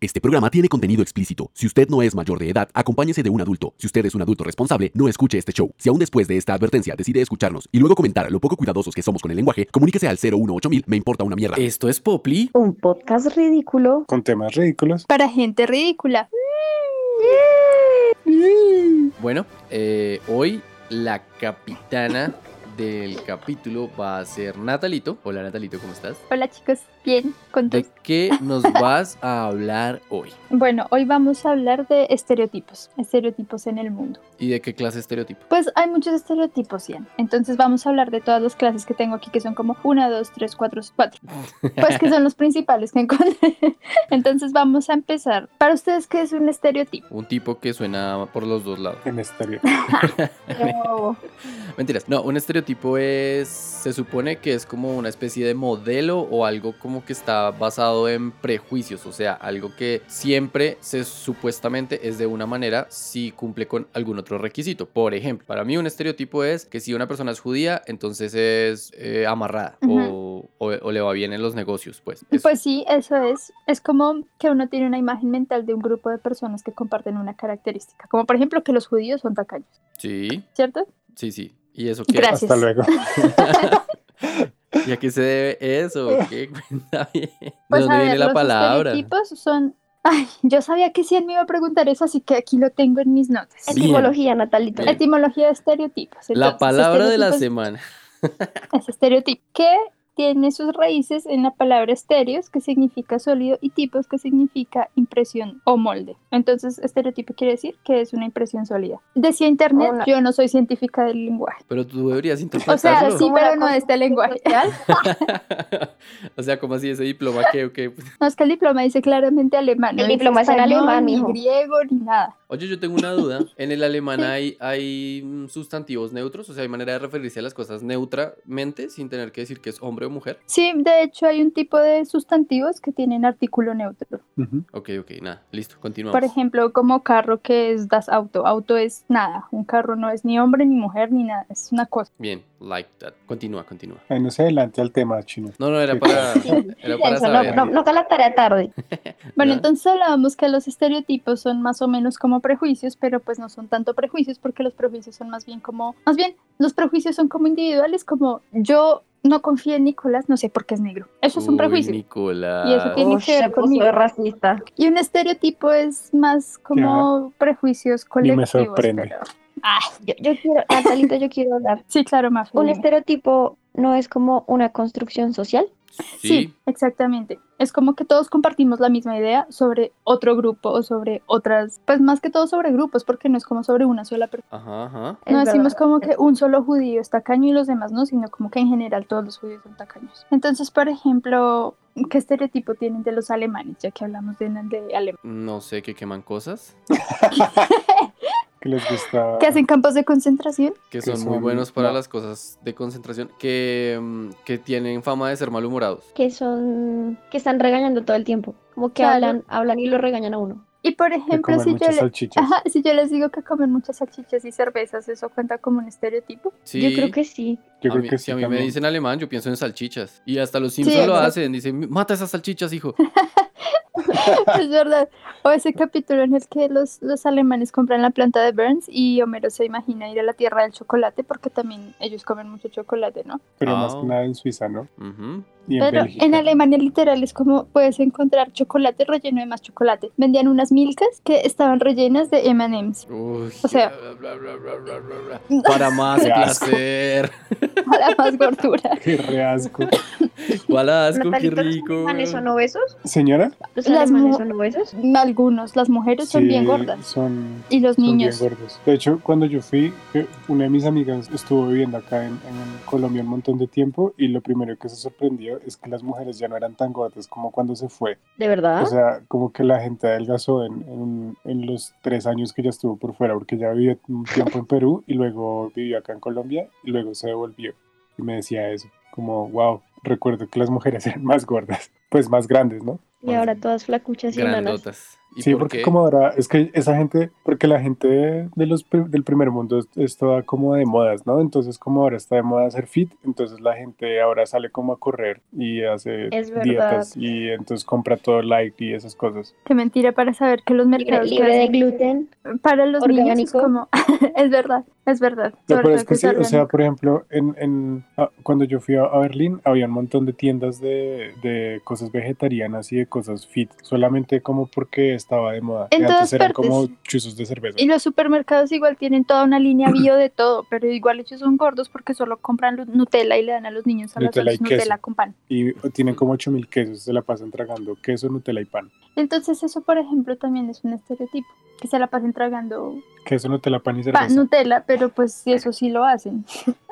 Este programa tiene contenido explícito. Si usted no es mayor de edad, acompáñese de un adulto. Si usted es un adulto responsable, no escuche este show. Si aún después de esta advertencia decide escucharnos y luego comentar lo poco cuidadosos que somos con el lenguaje, comuníquese al 018000, me importa una mierda. Esto es Poply, un podcast ridículo con temas ridículos para gente ridícula. Bueno, hoy la capitana del capítulo va a ser Natalito. Hola Natalito, ¿cómo estás? Hola chicos, bien, contentos. ¿De qué nos vas a hablar hoy? Bueno, hoy vamos a hablar de estereotipos en el mundo. ¿Y de qué clase de estereotipo? Pues hay muchos estereotipos, Ian. Entonces vamos a hablar de todas las clases que tengo aquí, que son como 1, 2, 3, 4, 4. Pues que son los principales que encontré. Entonces vamos a empezar. Para ustedes, ¿qué es un estereotipo? Un tipo que suena por los dos lados. en estéreo. No. Mentiras. No, un estereotipo se supone que es como una especie de modelo o algo como que está basado en prejuicios, o sea, algo que siempre supuestamente es de una manera si cumple con algún otro requisito. Por ejemplo, para mí un estereotipo es que si una persona es judía, entonces es amarrada o le va bien en los negocios, pues. Eso. Pues sí, eso es. Es como que uno tiene una imagen mental de un grupo de personas que comparten una característica, como por ejemplo que los judíos son tacaños. Sí. ¿Cierto? Sí, sí. ¿Y eso qué? Gracias. Hasta luego. ¿Y a qué se debe eso? ¿Qué? Cuenta bien. ¿De Pues dónde a ver, viene la los palabra? estereotipos son... Ay, yo sabía que sí él me iba a preguntar eso, así que aquí lo tengo en mis notas. Bien. Etimología, Natalito. Bien. Etimología de estereotipos. La Entonces, palabra de la estereotipos semana. es estereotipo, que tiene sus raíces en la palabra estéreos, que significa sólido, y tipos, que significa impresión o molde. Entonces, estereotipo quiere decir que es una impresión sólida. Decía internet, Una- yo no soy científica del lenguaje. Pero tú deberías O interpretarlo. sea, sí, Como pero la no de este lenguaje. O sea, ¿cómo así ese diploma qué o qué? No, es que el diploma dice claramente alemán. El no dice diploma es en español, alemán, ni mijo. griego, ni nada. Oye, yo tengo una duda. En el alemán Sí. hay sustantivos neutros, o sea, hay manera de referirse a las cosas neutramente sin tener que decir que es hombre o mujer. Sí, de hecho hay un tipo de sustantivos que tienen artículo neutro. Ujú. Ok, nada, listo, continuamos. Por ejemplo, como carro, que es das Auto. Auto es nada. Un carro no es ni hombre, ni mujer, ni nada. Es una cosa. Bien, like that. Continúa. Ahí no se adelante al tema, chino. No, era Sí, para, Sí, era para eso, saber. no que la tarea tarde. Bueno, ¿Ya? entonces hablábamos que los estereotipos son más o menos como prejuicios, pero pues no son tanto prejuicios porque los prejuicios son más bien los prejuicios son como individuales, como yo no confío en Nicolás, no sé por qué es negro. Eso es un Uy, prejuicio. Nicolás. Y eso tiene que ver Se puso conmigo. de racista. Y un estereotipo es más como prejuicios Ni colectivos. me sorprende. Pero... Yo quiero, Natalito, yo quiero hablar. Sí, claro, Mafe, Un dime. estereotipo no es como una construcción social. Sí, exactamente. Es como que todos compartimos la misma idea sobre otro grupo o sobre otras, pues más que todo sobre grupos, porque no es como sobre una sola persona. Ajá. Es No decimos verdad. como que un solo judío es tacaño y los demás no, sino como que en general todos los judíos son tacaños. Entonces, por ejemplo, ¿qué estereotipo tienen de los alemanes? Ya que hablamos de alemán. No sé, que queman cosas, Que les gusta. ¿Que hacen campos de concentración? que Que son muy son- buenos para no. las cosas de concentración, que tienen fama de ser malhumorados. Que están regañando todo el tiempo. Como que Claro. hablan y lo regañan a uno. Y por Que ejemplo, comen muchas salchichas. si yo les digo que comen muchas salchichas y cervezas, ¿eso cuenta como un estereotipo? Sí, Yo creo que sí. Yo a creo mí- que si sí a mí me también. dicen alemán, yo pienso en salchichas. Y hasta los Simpsons lo exacto. hacen. Dicen, mata esas salchichas, hijo. Es verdad. O ese capítulo en el que los alemanes compran la planta de Burns y Homero se imagina ir a la tierra del chocolate porque también ellos comen mucho chocolate, ¿no? Pero Ah. más que nada en Suiza, ¿no? Ujú. Y en Pero Bélgica. en Alemania literal es como puedes encontrar chocolate relleno de más chocolate. Vendían unas milkas que estaban rellenas de M&M's. Uy, O sea- bla, bla, bla, bla, bla, bla. Para más Qué asco. placer. Para más gordura. Qué re asco. ¿Cuál asco? Qué Natalito, ¿los rico. alemanes son obesos? Señora, ¿Los Las alemanes mu- son obesos? Algunos, las mujeres son sí, bien gordas. Son Y los Son niños. bien gordos. De hecho, cuando yo fui, una de mis amigas estuvo viviendo acá en Colombia un montón de tiempo y lo primero que se sorprendió es que las mujeres ya no eran tan gordas como cuando se fue. ¿De verdad? O sea, como que la gente adelgazó en los 3 años que ya estuvo por fuera, porque ya vivió un tiempo en Perú y luego vivió acá en Colombia y luego se devolvió. Y me decía eso, como, wow, recuerdo que las mujeres eran más gordas, pues más grandes, ¿no? Y ahora todas flacuchas y enanas. Grandotas. ¿Y Sí, por porque qué? como ahora, es que esa gente, porque la gente del primer mundo es toda como de modas, ¿no? Entonces como ahora está de moda hacer fit, entonces la gente ahora sale como a correr y hace Es verdad. dietas y entonces compra todo light y esas cosas. Qué mentira para saber que los Libre, mercados que libre de hacen gluten, para los niños es orgánico. como, es verdad, No, sobre pero todo es que que es sí, o sea, orgánico. por ejemplo, cuando yo fui a Berlín, había un montón de tiendas de cosas vegetarianas y de cosas fit, solamente como porque estaba de moda. En Y antes todas eran partes. como chuzos de cerveza. Y los supermercados igual tienen toda una línea bio de todo, pero igual ellos son gordos porque solo compran Nutella y le dan a los niños a las Nutella y horas Nutella queso. con pan. Y tienen como 8000 quesos, se la pasan tragando queso, Nutella y pan. Entonces eso, por ejemplo, también es un estereotipo, que se la pasen tragando Queso, Nutella, pan y cerveza. Nutella, pero pues eso sí lo hacen.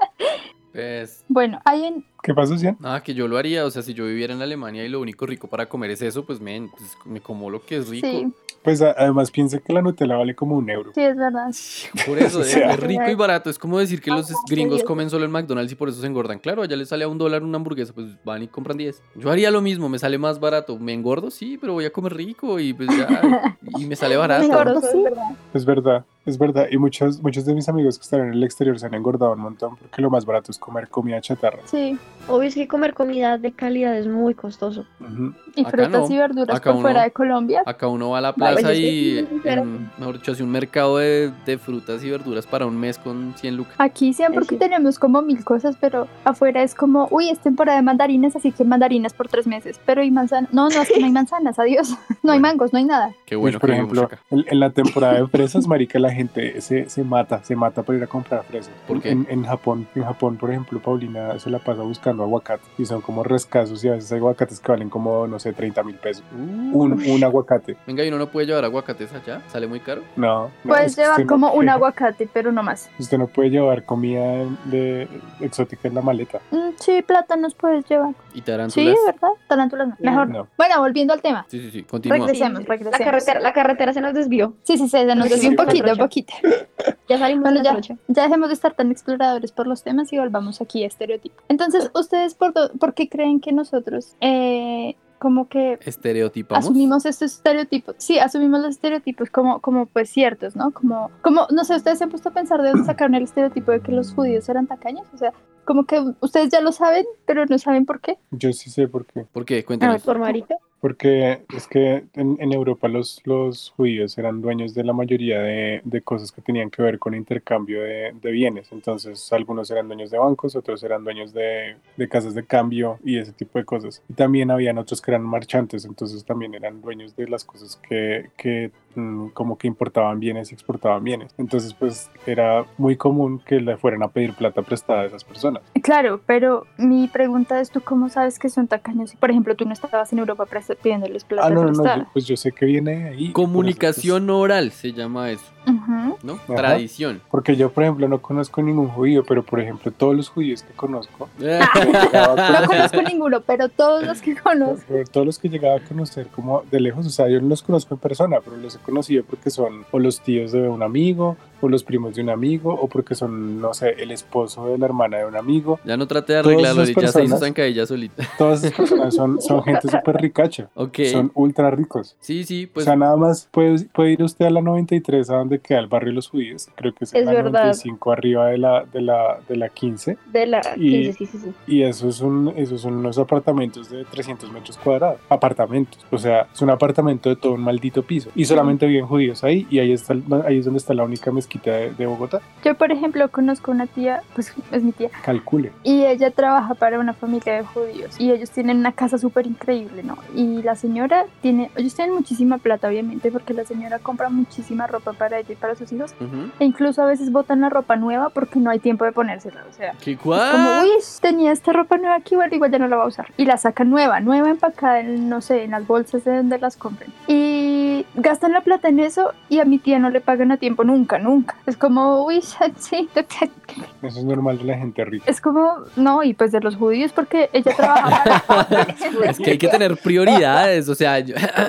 Pues Bueno, hay en... ¿Qué pasó, Cian? nada, que yo lo haría, o sea, si yo viviera en Alemania y lo único rico para comer es eso, pues men, pues, me como lo que es rico. Sí, Pues además piensa que la Nutella vale como €1. sí, es verdad. Por eso, O sea, es rico y barato. Es como decir que los gringos Dios. comen solo en McDonald's y por eso se engordan. Claro, allá les sale a $1 una hamburguesa, pues van y compran 10. Yo haría lo mismo, me sale más barato. Me engordo, sí, pero voy a comer rico y pues ya, y me sale Me barato. engordo, Eso sí. es verdad. es verdad, es verdad. Y muchos de mis amigos que están en el exterior se han engordado un montón porque lo más barato es comer comida chatarra. Sí, Obvio es que comer comida de calidad es muy costoso. Ujú. y Acá frutas no. y verduras Acá por fuera uno- de Colombia. Acá uno va a la Vale, plaza yo sí, y, pero- mejor dicho, hace un mercado de frutas y verduras para un mes con 100 lucas. Aquí sí, porque Sí. tenemos como 1000 cosas, pero afuera es como, uy, es temporada de mandarinas, así que mandarinas por 3 meses. Pero hay manzanas. No, es que no hay manzanas, adiós. No hay Bueno. mangos, no hay nada. Qué Uy, bueno por que vivimos ejemplo, acá. en la temporada de fresas, marica, la gente se mata por ir a comprar fresas. ¿Por qué? En Japón, por ejemplo, Paulina se la pasa buscando aguacate y son como rescasos y a veces hay aguacates que valen como, no sé, 30.000 pesos. Un aguacate. Venga, ¿y uno no puede llevar aguacates allá? ¿Sale muy caro? No, Puedes es que llevar usted no como un puede- aguacate, pero no más. Usted no puede llevar comida exótica en la maleta. Sí, plátanos puedes llevar. ¿Y Sí, tarántulas? ¿verdad? Tarántulas no. Mejor. No. Bueno, volviendo al tema. Sí, continúa. Regresemos. La carretera se nos desvió. Sí, se nos Sí, desvió un sí, poquito, trocha. un poquito. Ya salimos Bueno, de la ya, trocha. ya dejemos de estar tan exploradores por los temas y volvamos aquí a estereotipos. Entonces, ¿ustedes por qué creen que nosotros como que ¿Estereotipamos? asumimos estos estereotipos? Sí, asumimos los estereotipos como pues ciertos, ¿no? Como, no sé, ¿ustedes se han puesto a pensar de dónde sacaron el estereotipo de que los judíos eran tacaños? O sea, como que ustedes ya lo saben, pero no saben por qué. Yo sí sé por qué. ¿Por qué? Cuéntanos. Por marica. Porque es que en Europa los judíos eran dueños de la mayoría de cosas que tenían que ver con intercambio de bienes. Entonces, algunos eran dueños de bancos, otros eran dueños de casas de cambio y ese tipo de cosas. Y también habían otros que eran marchantes, entonces también eran dueños de las cosas que como que importaban bienes y exportaban bienes. Entonces, pues era muy común que le fueran a pedir plata prestada a esas personas. Claro, pero mi pregunta es, ¿tú cómo sabes que son tacaños? Si, por ejemplo, tú no estabas en Europa pidiéndoles plata No, prestada. pues yo sé que viene ahí. Comunicación oral se llama eso, Ujú. ¿no? Ajá. Tradición. Porque yo, por ejemplo, no conozco ningún judío, pero por ejemplo, todos los judíos que conozco, No conozco ninguno, pero todos los que conozco. pero todos los que llegaba a conocer como de lejos, o sea, yo no los conozco en persona, pero los he conocido porque son o los tíos de un amigo, o los primos de un amigo, o porque son, no sé, el esposo de la hermana de un amigo. Ya no trate de Todas arreglarlo, esas ya se hizo personas- zancadilla solita. Todas esas personas son gente súper ricacha, Ok. son ultra ricos. Sí, O pues sea, nada más puede ir usted a la 93, a donde queda el barrio de los judíos, creo que es Es la verdad. 95 arriba de la 15. De la Y- 15, sí. Y esos son unos apartamentos de 300 metros cuadrados. Apartamentos. O sea, es un apartamento de todo un maldito piso. Y solamente viven judíos ahí. Y ahí es donde está la única mezquita de Bogotá. Yo, por ejemplo, conozco una tía, pues es mi tía, Calcule. y ella trabaja para una familia de judíos y ellos tienen una casa súper increíble, ¿no? Y la señora ellos tienen muchísima plata, obviamente, porque la señora compra muchísima ropa para ella y para sus hijos, ujú. e incluso a veces botan la ropa nueva porque no hay tiempo de ponérsela, o sea, ¿Qué como, cuál? uy, tenía esta ropa nueva aquí, bueno, igual ya no la va a usar. Y la sacan nueva empacada en, no sé, en las bolsas de donde las compren. Y gastan la plata en eso y a mi tía no le pagan a tiempo nunca. Es como, uy, sí, Eso es normal de la gente rica. es como, no, y pues de los judíos porque ella trabaja para... Es que hay que tener prioridades, o sea,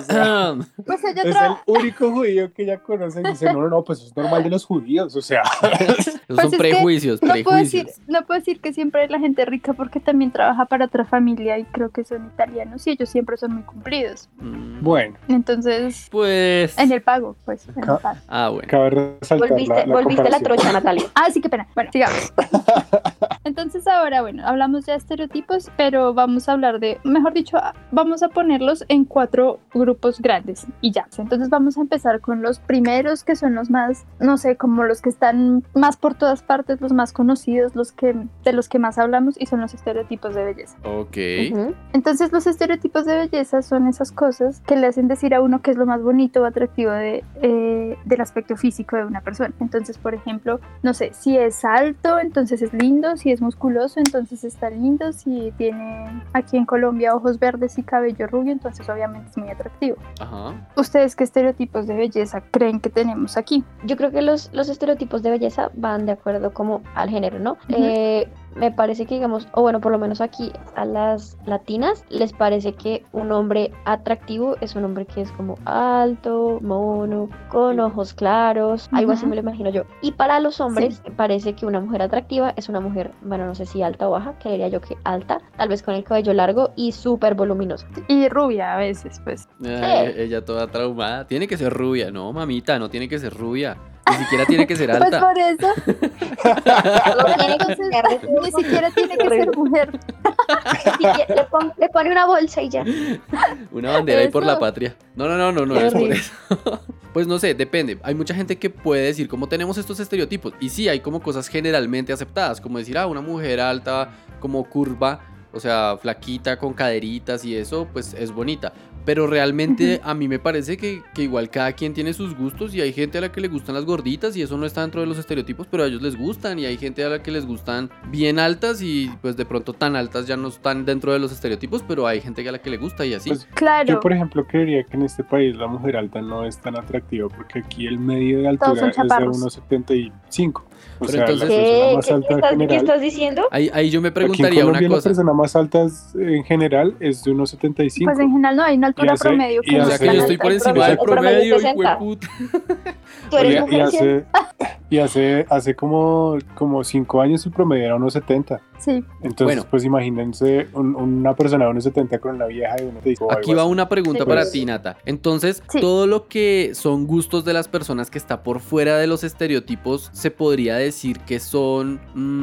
Pues ella Es el trabaja... único judío que ella conoce y dice, no, pues eso es normal de los judíos. O sea, esos Pues son es que prejuicios, No puedo, decir, prejuicios. no puedo decir que siempre es la gente rica porque también trabaja para otra familia y creo que son italianos y ellos siempre son muy cumplidos. Mm, bueno. Entonces, pues. En el pago, pues. En el Ca- pago. Ah, bueno. Cabe resaltar Volviste la comparación. trocha, Natalia. Ah, sí, qué pena. Bueno, sigamos. Entonces ahora, bueno, hablamos ya de estereotipos, pero vamos a hablar de, mejor dicho, vamos a ponerlos en 4 grupos grandes y ya. Entonces vamos a empezar con los primeros, que son los más, no sé, como los que están más por todas partes, los más conocidos, de los que más hablamos, y son los estereotipos de belleza. Ok. Ujú. Entonces los estereotipos de belleza son esas cosas que le hacen decir a uno qué es lo más bonito o atractivo del aspecto físico de una persona. Entonces, por ejemplo, no sé, si es alto, entonces es lindo; si es musculoso, entonces está lindo; si tiene aquí en Colombia ojos verdes y cabello rubio, entonces obviamente es muy atractivo. Ajá. ¿Ustedes qué estereotipos de belleza creen que tenemos aquí? Yo creo que los estereotipos de belleza van de acuerdo como al género, ¿no? Ujú. Me parece que, digamos, o bueno, por lo menos aquí a las latinas les parece que un hombre atractivo es un hombre que es como alto, mono, con ojos claros, algo así Ujú. me lo imagino yo. Y para los hombres parece que una mujer atractiva es una mujer, bueno, no sé si alta o baja, creería yo que alta, tal vez con el cabello largo y súper voluminoso. Y rubia a veces, pues. Ay, ella toda traumada. Tiene que ser rubia. No, mamita, no tiene que ser rubia. Ni siquiera tiene que ser Pues alta. por eso, Tiene que ser ni siquiera tiene que ser mujer. le pone una bolsa y ya. Una bandera ahí por la Eso. patria. No Qué es por horrible. eso. Pues no sé, depende. Hay mucha gente que puede decir como tenemos estos estereotipos. Y sí, hay como cosas generalmente aceptadas. Como decir, una mujer alta, como curva, o sea, flaquita, con caderitas y eso, pues es bonita. Pero realmente a mí me parece que igual cada quien tiene sus gustos y hay gente a la que le gustan las gorditas y eso no está dentro de los estereotipos, pero a ellos les gustan, y hay gente a la que les gustan bien altas y pues de pronto tan altas ya no están dentro de los estereotipos, pero hay gente a la que le gusta y así. Pues, Claro. yo, por ejemplo, creería que en este país la mujer alta no es tan atractiva porque aquí el medio de Todos son altura es de chaparros. 1,75. O Pero sea, entonces- la persona ¿Qué? más ¿Qué alta en estás, qué general. estás diciendo? Ahí yo me Aquí en preguntaría Colombia una la cosa. persona más alta en general es de 1,75. Pues en general no hay una altura Y hace- promedio y que O no sea hace- que yo sea estoy alta. por el encima del promedio es promedio, 60. hijueputa. Tú eres Y mujer, ¿cierto? hace como 5 años el promedio era 1,70. Sí. Entonces, Bueno. pues imagínense una persona de 1,70 con una vieja de 1,75. o Aquí algo va así. una pregunta Sí, para pues. ti, Nata. Entonces, Sí. todo lo que son gustos de las personas que está por fuera de los estereotipos, ¿se podría decir que son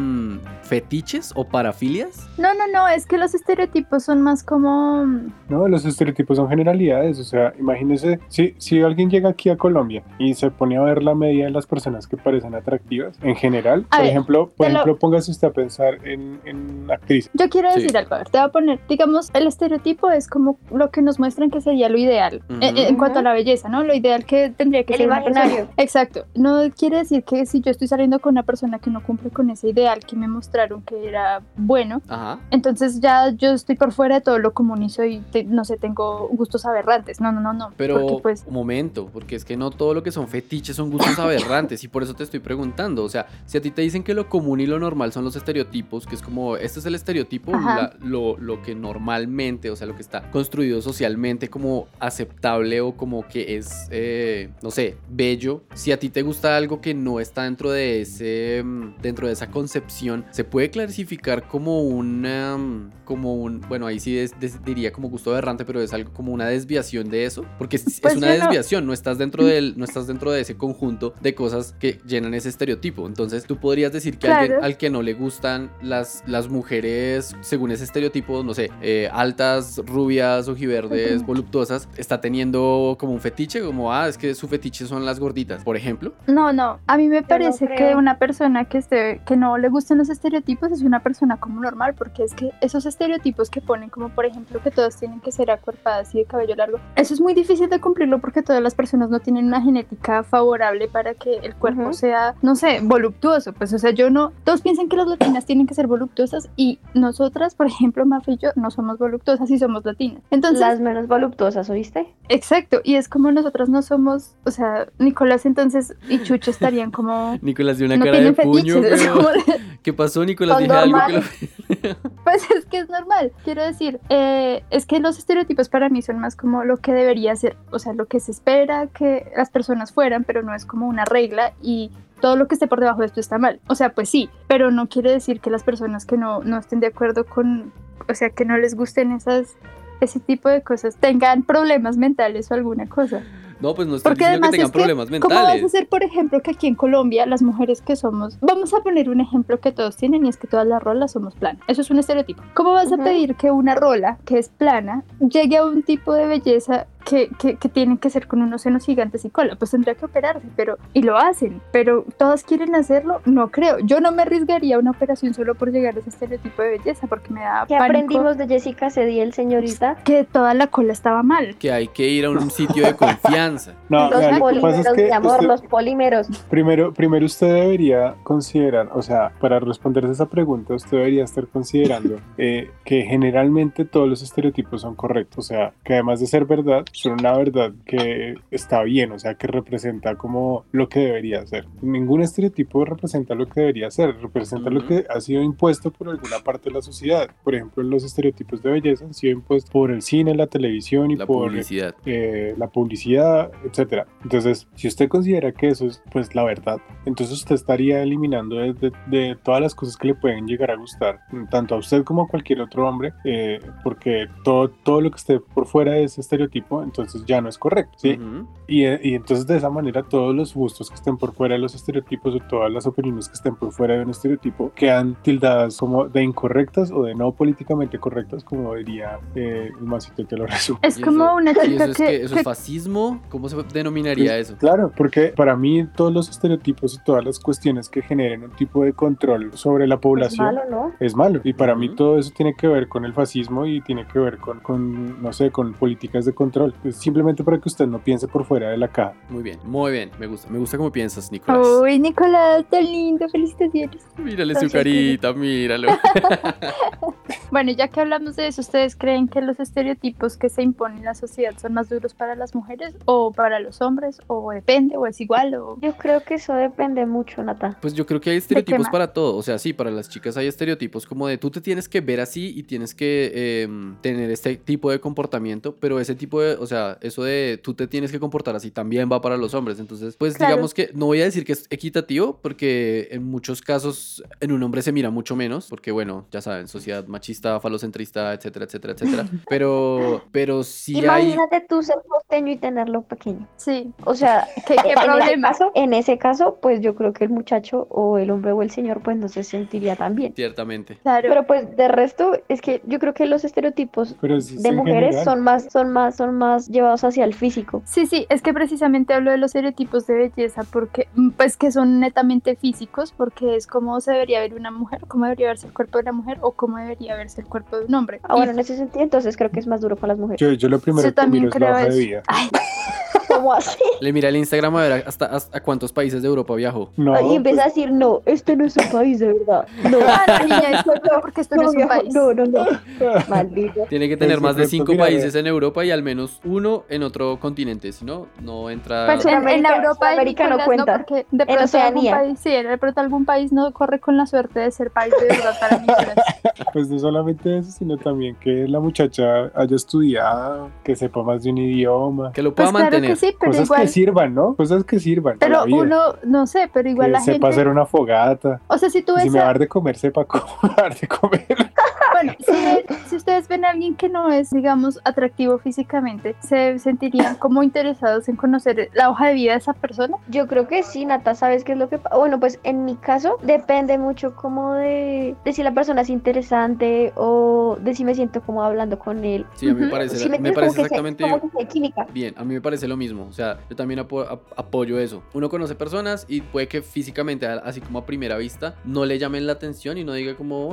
fetiches o parafilias? No, es que los estereotipos son más como... No, los estereotipos son generalidades. O sea, imagínense, si alguien llega aquí a Colombia y se pone a ver la media de las personas que parecen atractivas, en general, A por ver, ejemplo, te lo- póngase usted a pensar en actrices. Yo quiero Sí. decir algo, a ver, te voy a poner, digamos, el estereotipo es como lo que nos muestran que sería lo ideal Ujú. en cuanto a la belleza, ¿no? Lo ideal que tendría que El ser una imaginario. persona. Exacto. No quiere decir que si yo estoy saliendo con una persona que no cumple con ese ideal que me mostraron que era bueno, Ajá. entonces ya yo estoy por fuera de todo lo común y soy, no sé, tengo gustos aberrantes. No. Pero Porque pues, un momento, porque es que no todo lo que son fetiches son gustos aberrantes y por eso te estoy preguntando. O sea, si a ti te dicen que lo común y lo normal son los estereotipos, que es como, este es el estereotipo, Ajá. lo que normalmente, o sea, lo que está construido socialmente como aceptable o como que es, no sé, bello. Si a ti te gusta algo que no está dentro de dentro de esa concepción, se puede clasificar como bueno, ahí sí diría como gusto aberrante, pero es algo como una desviación de eso, porque es Pues una yo no- desviación, no estás dentro no estás dentro de ese conjunto de cosas que llenan ese estereotipo. Entonces, tú podrías decir que Claro. alguien al que no le gustan las mujeres según ese estereotipo, no sé, altas, rubias, ojiverdes, Ujú. voluptuosas, está teniendo como un fetiche, como, es que su fetiche son las gorditas, por ejemplo. no, a mí me parece que creo. una persona que no le gusten los estereotipos es una persona como normal, porque es que esos estereotipos que ponen, como por ejemplo que todas tienen que ser acuerpadas y de cabello largo, eso es muy difícil de cumplirlo porque todas las personas no tienen una genética favorable para que el cuerpo Ujú. sea, no sé, voluptuoso. Pues, o sea, todos piensan que las latinas tienen que ser voluptuosas y nosotras, por ejemplo, Mafe y yo, no somos voluptuosas y somos latinas. Entonces, Las menos voluptuosas, ¿oíste? exacto, y es como nosotras no somos, o sea, Nicolás entonces y Chucho estarían como... Nicolás dio una no cara de tienen puño, fetiches, es weón. como de- ¿Qué pasó, Nicolás? Son Dije algo que lo... normales. Pues es que es normal, quiero decir, es que los estereotipos para mí son más como lo que debería ser, o sea, lo que se espera que las personas fueran, pero no es como una regla y todo lo que esté por debajo de esto está mal. O sea, pues sí, pero no quiere decir que las personas que no estén de acuerdo con, o sea, que no les gusten ese tipo de cosas tengan problemas mentales o alguna cosa. No, pues no estoy Porque diciendo que además tengan es que, problemas ¿cómo vas a mentales. hacer, por ejemplo, que aquí en mentales. Colombia las mujeres que somos, vamos a poner un ejemplo que todos tienen y es que todas las rolas somos planas? Eso es un estereotipo. ¿Cómo vas a pedir que una rola que es plana llegue a un tipo de belleza que tienen que ser con unos senos gigantes y cola? Pues tendría que operarse, y lo hacen, pero todas quieren hacerlo, no creo. Yo no me arriesgaría a una operación solo por llegar a ese estereotipo de belleza porque me da ¿Qué pánico aprendimos de Jessica Cediel, señorita? que toda la cola estaba mal. Que hay que ir a un sitio de confianza. No, Los vea, lo que pasa polímeros, es que mi amor, usted- los polímeros. primero usted debería considerar, o sea, para responderse esa pregunta, usted debería estar considerando que generalmente todos los estereotipos son correctos, o sea, que además de ser verdad, son una verdad que está bien, o sea, que representa como lo que debería ser. Ningún estereotipo representa lo que debería ser, representa lo que ha sido impuesto por alguna parte de la sociedad. Por ejemplo, los estereotipos de belleza han sido impuestos por el cine, la televisión y La por publicidad. la publicidad, etcétera. Entonces, si usted considera que eso es pues la verdad, entonces usted estaría eliminando de todas las cosas que le pueden llegar a gustar, tanto a usted como a cualquier otro hombre, porque todo lo que esté por fuera de ese estereotipo, entonces ya no es correcto, ¿sí? Ujú. Y entonces de esa manera todos los gustos que estén por fuera de los estereotipos o todas las opiniones que estén por fuera de un estereotipo quedan tildadas como de incorrectas o de no políticamente correctas, como diría el Masito, te lo resumo. Es Y como eso- una y chica eso es que, eso es fascismo. ¿Cómo se denominaría eso? Claro, porque para mí todos los estereotipos y todas las cuestiones que generen un tipo de control sobre la Es población malo, ¿no? es malo. Y para mí Ujú. todo eso tiene que ver con el fascismo y tiene que ver con no sé, con políticas de control. Es simplemente para que usted no piense por fuera de la caja. Muy bien. Me gusta cómo piensas, Nicolás. Uy, Nicolás, tan lindo, felicitaciones. Mírale su Gracias, carita, míralo. Bueno, ya que hablamos de eso, ¿ustedes creen que los estereotipos que se imponen en la sociedad son más duros para las mujeres o para los hombres? ¿O depende? ¿O es igual? ¿O Yo creo que eso depende mucho, Nata. Pues yo creo que hay estereotipos más? para todo. O sea, sí, para las chicas hay estereotipos como de tú te tienes que ver así y tienes que tener este tipo de comportamiento, pero ese tipo de, o sea, eso de tú te tienes que comportar así también va para los hombres. Entonces, pues Claro. digamos que no voy a decir que es equitativo porque en muchos casos en un hombre se mira mucho menos, porque bueno, ya saben, sociedad machista, falocentrista, etcétera, etcétera, etcétera. Pero sí hay... Imagínate tú ser costeño y tenerlo pequeño. sí? O sea, ¿Qué problema? en ese caso, pues yo creo que el muchacho o el hombre o el señor pues no se sentiría tan bien. Ciertamente. Claro. Pero pues de resto es que yo creo que los estereotipos Pero es de en mujeres general. son más llevados hacia el físico. Sí, es que precisamente hablo de los estereotipos de belleza porque, pues que son netamente físicos, porque es cómo se debería ver una mujer, cómo debería verse el cuerpo de una mujer o cómo debería verse el cuerpo de un hombre. Ah, bueno, en ese sentido entonces creo que es más duro con las mujeres. Yo lo primero Yo que también miro es la creo hoja de eso. vida. Ay, ¿Cómo así? Le mira el Instagram a ver hasta cuántos países de Europa viajó. No, Y empieza a pues, decir, no, este no es un país de verdad. No, no, niña, disculpa, porque esto no es un viejo, país. no. Maldito. Tiene que tener Pues, más de pues, 5 mira, países en Europa y al menos uno en otro continente. Si no, no entra. Pues en Sudamérica- Europa y Sudamérica no Nicolás, cuenta. porque de En pronto algún Oceanía. país, sí, de pronto algún país no corre con la suerte de ser país de verdad para Nicolás. pues no solamente eso, sino también que la muchacha haya estudiado, que sepa más de un idioma. Que lo pueda Pues claro mantener. que sí, pero Cosas igual, que sirvan, ¿no? Cosas que sirvan para pero la vida. uno, no sé, pero igual Que la sepa gente, hacer una fogata. o sea, si tú Y ves, si me va a dar de comer, sepa cómo dar de comer. bueno, si ustedes ven a alguien que no es, digamos, atractivo físicamente, ¿se sentirían como interesados en conocer la hoja de vida de esa persona? Yo creo que sí, Nata, ¿sabes qué es lo que pasa? Bueno, pues en mi caso depende mucho como de si la persona es interesante o de si me siento como hablando con él. Sí, a mí me Ujú. parece, Sí, me me entiendes, parece como que exactamente como que sea química. bien. A mí me parece lo mismo. O sea, yo también apoyo eso. Uno conoce personas y puede que físicamente, así como a primera vista, no le llamen la atención y no diga como,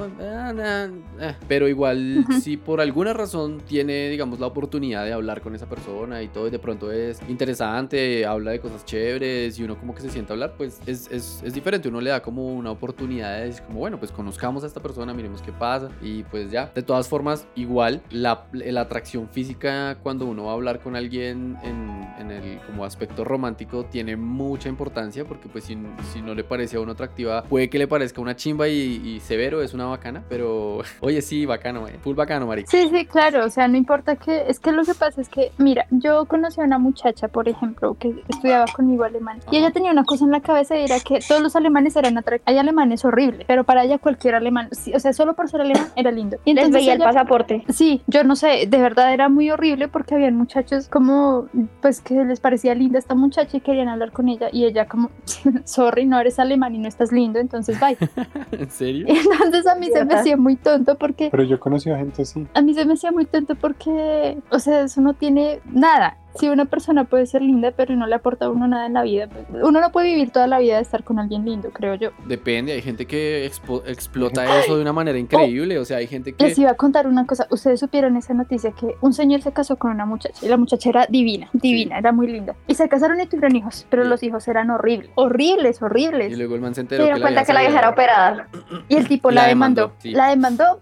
pero igual, Ujú. si por alguna razón tiene, digamos, la oportunidad de hablar con esa persona y todo, y de pronto es interesante, habla de cosas chéveres y uno como que se sienta a hablar, pues es diferente. Uno le da como una oportunidad de decir como, bueno, pues conozcamos a esta persona, miremos qué pasa y pues ya. De todas formas, igual la atracción física cuando uno va a hablar con alguien en el como aspecto romántico tiene mucha importancia porque pues si no le parece a uno atractiva, puede que le parezca una chimba y severo es una bacana, pero oye, sí, bacano, full bacano, marica. Sí, sí, claro, o sea, no importa que, es que lo que pasa es que, mira, yo conocí a una muchacha, por ejemplo, que estudiaba conmigo alemán, y ella tenía una cosa en la cabeza y era que todos los alemanes eran atractivos. Hay alemanes horribles, pero para ella cualquier alemán, sí, o sea, solo por ser alemán era lindo. Y Les entonces veía el ella, pasaporte. sí, yo no sé, de verdad era muy horrible porque habían muchachos como, pues que les parecía linda esta muchacha y querían hablar con ella, y ella como, sorry, no eres alemán y no estás lindo, entonces bye. ¿En serio? Entonces a mí se me hacía muy tonto porque Pero yo conocí a gente así. a mí se me hacía muy tonto porque, o sea, eso no tiene nada. Si una persona puede ser linda, pero no le aporta a uno nada en la vida, pues, uno no puede vivir toda la vida de estar con alguien lindo, creo yo. Depende, hay gente que explota eso de una manera increíble, o sea, hay gente que... Les iba a contar una cosa, ustedes supieron esa noticia que un señor se casó con una muchacha y la muchacha era divina, divina, era muy linda. Y se casaron y tuvieron hijos, pero Sí. los hijos eran horribles, horribles, Y horribles. luego el man se Se enteró dieron cuenta que la había vieja era salido- operada. Y el tipo La la demandó, demandó. sí. La demandó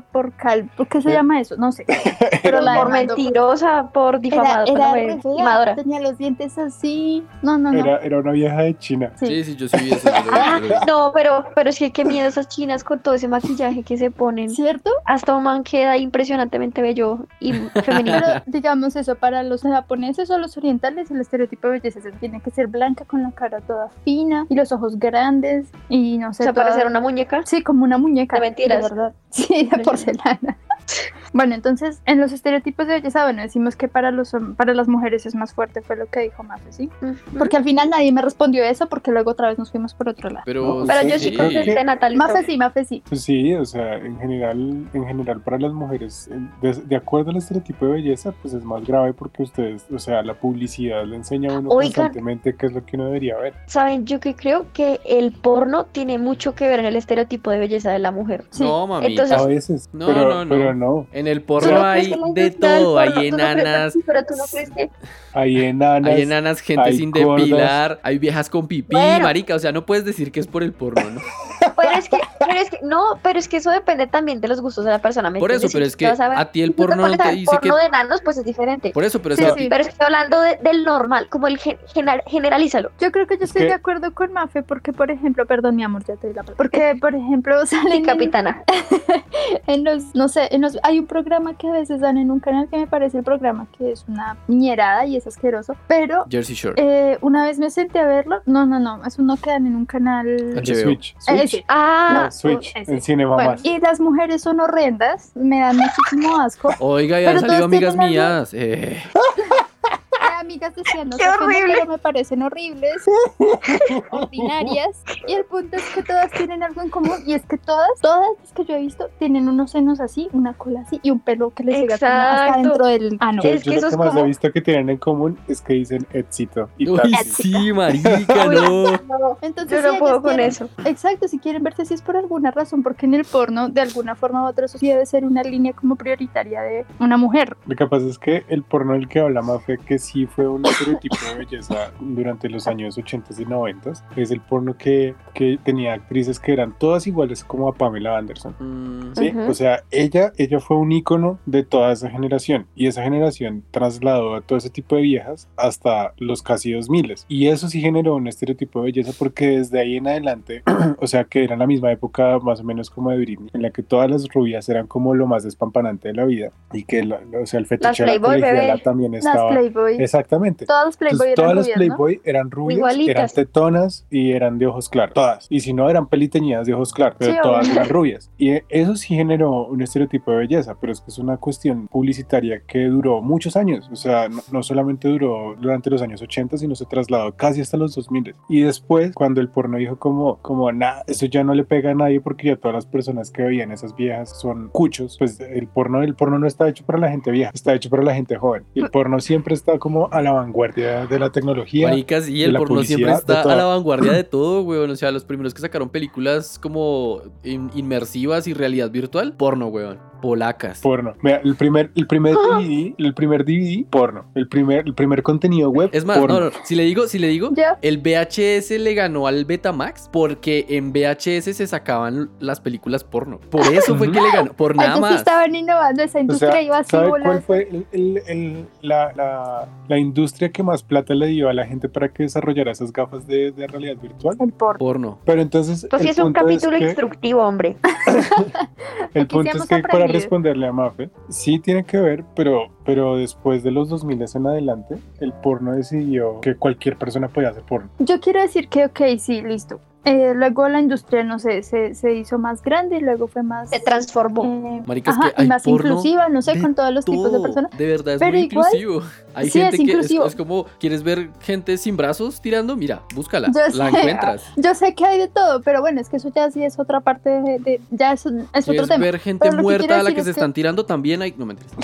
¿por qué se llama eso? No sé. Pero la Por demandó. mentirosa, por difamada. Era fue re fea, timadora. tenía los dientes así. No, no, no. Era una vieja de China. Sí. Sí, sí, yo sí vi eso. Yo lo vi, yo lo vi. No, pero es que qué miedo esas chinas con todo ese maquillaje que se ponen. ¿Cierto? Hasta un man queda impresionantemente bello y femenino. Pero digamos eso, para los japoneses o los orientales, el estereotipo de belleza tiene que ser blanca con la cara toda fina y los ojos grandes y no O sé. sea, toda- parecer una muñeca. Sí, como una muñeca. De mentiras. verdad. Sí, de porcelana. Bueno, entonces, en los estereotipos de belleza, bueno, decimos que para las mujeres es más fuerte, fue lo que dijo Mafe, ¿sí? Ujú. Porque al final nadie me respondió eso, porque luego otra vez nos fuimos por otro lado. Pero, Pero Sí, yo sí creo que- contesté, Natalia. Mafe sí. Pues sí, o sea, en general para las mujeres, de acuerdo al estereotipo de belleza, pues es más grave porque ustedes, o sea, la publicidad le enseña a uno Oigan. constantemente qué es lo que uno debería ver. Saben, yo que creo que el porno tiene mucho que ver en el estereotipo de belleza de la mujer. Sí. no, mamita. Entonces- A veces, No, pero, no. pero no. En el ¿Tú porno no hay crees que la de industria del todo, hay porno- tú no crees- enanas, Pero tú no crees que Hay enanas, hay enanas, gente hay sin gordas. depilar, hay viejas con pipí, Bueno. marica, o sea, no puedes decir que es por el porno, ¿no? pero es que eso depende también de los gustos de la persona. ¿me Por eso, entiendes? pero Si es tú que vas a ver- a ti el si tú te porno no pones a te ver dice que... porno de enanos, pues es diferente. Por eso, pero es Sí, que sí. Pero es que estoy hablando del normal, como el generalízalo. Yo creo que yo Es estoy que- de acuerdo con Mafe porque, por ejemplo, perdón, mi amor, ya te doy la palabra. Porque, por ejemplo, Sí, salen capitana. en los, no sé, hay un programa que a veces dan en un canal que me parece el programa que es una ñerada y es asqueroso, pero Jersey Shore. una vez me senté a verlo, no, es uno que dan en un canal, HBO. Switch. ese. Ah, No, Switch, ese. en Cinema Bueno, Más. y las mujeres son horrendas, me dan muchísimo asco. Oiga, ya han pero salido todos amigas tienen algo- mías. Amigas decían, no ¡Qué sé qué, no, horrible! pero me parecen horribles, ordinarias, y el punto es que todas tienen algo en común, y es que todas las que yo he visto tienen unos senos así, una cola así, y un pelo que les llega como hasta Exacto. dentro del ano. Yo, Es yo que eso lo que es más como- he visto que tienen en común es que dicen éxito y Uy, taxi. sí, marica, no. Entonces, yo si no puedo ellas con quieren- eso. Exacto, si quieren verse así es por alguna razón, porque en el porno, de alguna forma u otra, eso sí debe ser una línea como prioritaria de una mujer. Lo que pasa es que el porno del que habla Mafe, que sí fue un estereotipo de belleza durante los años 80 y 90, es el porno que tenía actrices que eran todas iguales como a Pamela Anderson. ¿Sí? Ujú. O sea, ella fue un ícono de toda esa generación y esa generación trasladó a todo ese tipo de viejas hasta los casi 2000 y eso sí generó un estereotipo de belleza porque desde ahí en adelante, o sea que era la misma época más o menos como de Britney, en la que todas las rubias eran como lo más despampanante de la vida y que o sea, el fetiche de la Playboy, colegiala bebé. también Las estaba... Playboy. Exactamente. Todas las Playboy Entonces, eran todas las rubias, ¿no? Playboy eran rubias, Igualitas. eran tetonas y eran de ojos claros, todas. Y si no, eran peliteñidas de ojos claros, pero Sí, todas obvio. eran rubias. Y eso sí generó un estereotipo de belleza, pero es que es una cuestión publicitaria que duró muchos años. O sea, no solamente duró durante los años 80, sino se trasladó casi hasta los 2000. Y después, cuando el porno dijo como nada, eso ya no le pega a nadie porque ya todas las personas que veían esas viejas son cuchos, pues el porno no está hecho para la gente vieja, está hecho para la gente joven. Y el porno siempre está como a la vanguardia de la tecnología. Maricas, y de el la porno siempre publicidad, de está a todo. la vanguardia de todo, weón. O sea, los primeros que sacaron películas como inmersivas y realidad virtual, porno, weón. polacas. Porno. Mira, el primer DVD, porno. El primer contenido web, Es más, porno. no, si le digo, Ya. el VHS le ganó al Betamax porque en VHS se sacaban las películas porno. Por eso fue que le ganó, por nada Entonces más. estaban innovando esa O industria sea, iba así ¿sabe volando. cuál fue la industria que más plata le dio a la gente para que desarrollara esas gafas de realidad virtual? El porno. Porno. Pero entonces, Pues sí, es un capítulo instructivo, hombre. el Aquí punto sí es hemos que para aprendido. responderle a Mafe, sí tiene que ver, pero después de los 2000 en adelante, el porno decidió que cualquier persona podía hacer porno. Yo quiero decir que, ok, sí, listo. Luego la industria, no sé, se hizo más grande y luego fue más... Se transformó. Marica, es ajá, que hay y más porno inclusiva, no sé, de con todos los tipos de todo. personas. De verdad, es Pero muy igual, inclusivo. Hay sí, gente es que inclusivo. es como, ¿quieres ver gente sin brazos tirando? Mira, búscala, Yo la sé, encuentras. Yo sé que hay de todo, pero bueno, es que eso ya sí es otra parte ya es otro ¿Quieres tema. ver gente Pero lo que muerta quiero a la decir que es se están tirando? También hay... No, mentiras.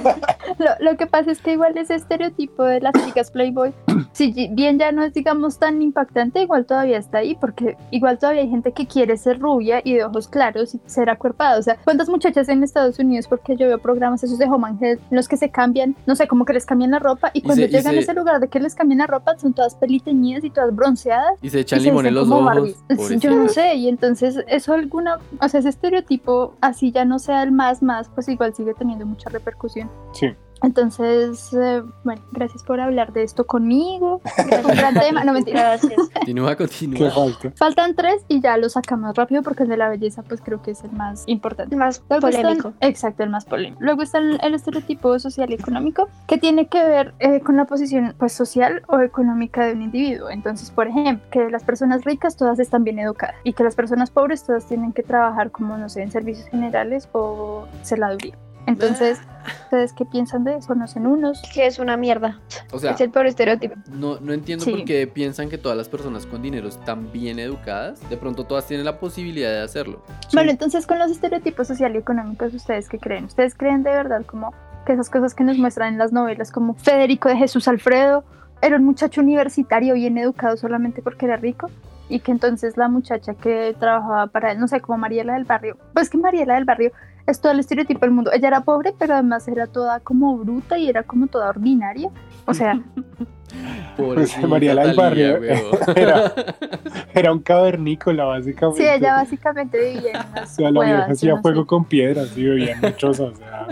Lo que pasa es que igual ese estereotipo de las chicas Playboy, si bien ya no es, digamos, tan impactante, igual todavía está ahí, porque igual todavía hay gente que quiere ser rubia y de ojos claros y ser acuerpada. O sea, ¿cuántas muchachas en Estados Unidos, porque yo veo programas esos de Home and Health, en los que se cambian, no sé, como que les cambian la ropa y cuando llegan a ese lugar de que les cambian la ropa, son todas peliteñidas y todas bronceadas? Y se echan Y limón se en dicen los como ojos. Barbies. Yo no Pobrecitas. sé, y entonces eso o sea, ese estereotipo, así ya no sea el más, pues igual sigue teniendo mucha repercusión. Sí. Entonces, bueno, gracias por hablar de esto conmigo. Un gran tema, no mentira. Gracias. Continúa. ¿Qué falta? Faltan 3 y ya lo sacamos rápido porque el de la belleza pues creo que es el más importante. Más Luego polémico. exacto, el más polémico. Luego está el estereotipo social y económico que tiene que ver con la posición pues social o económica de un individuo. Entonces, por ejemplo, que las personas ricas todas están bien educadas y que las personas pobres todas tienen que trabajar como, no sé, en servicios generales o celaduría. Entonces, ¿ustedes qué piensan de eso? ¿Conocen unos? Que es una mierda. O sea, Es el peor estereotipo. no entiendo Sí. por qué piensan que todas las personas con dinero están bien educadas. De pronto todas tienen la posibilidad de hacerlo. Bueno, entonces con los estereotipos social y económicos, ¿ustedes qué creen? ¿Ustedes creen de verdad como que esas cosas que nos muestran en las novelas como Federico de Jesús Alfredo era un muchacho universitario bien educado solamente porque era rico? Y que entonces la muchacha que trabajaba para él, no sé, como Mariela del Barrio, pues que Mariela del Barrio es todo el estereotipo del mundo. Ella era pobre, pero además era toda como bruta y era como toda ordinaria. O sea, Pobrecita Mariela del Thalía, Barrio huevo. era un cavernícola, básicamente. sí, ella básicamente vivía en O unas sea, la vieja cuevas, yo hacía no fuego sé. con piedras y bebía en chozas, o sea.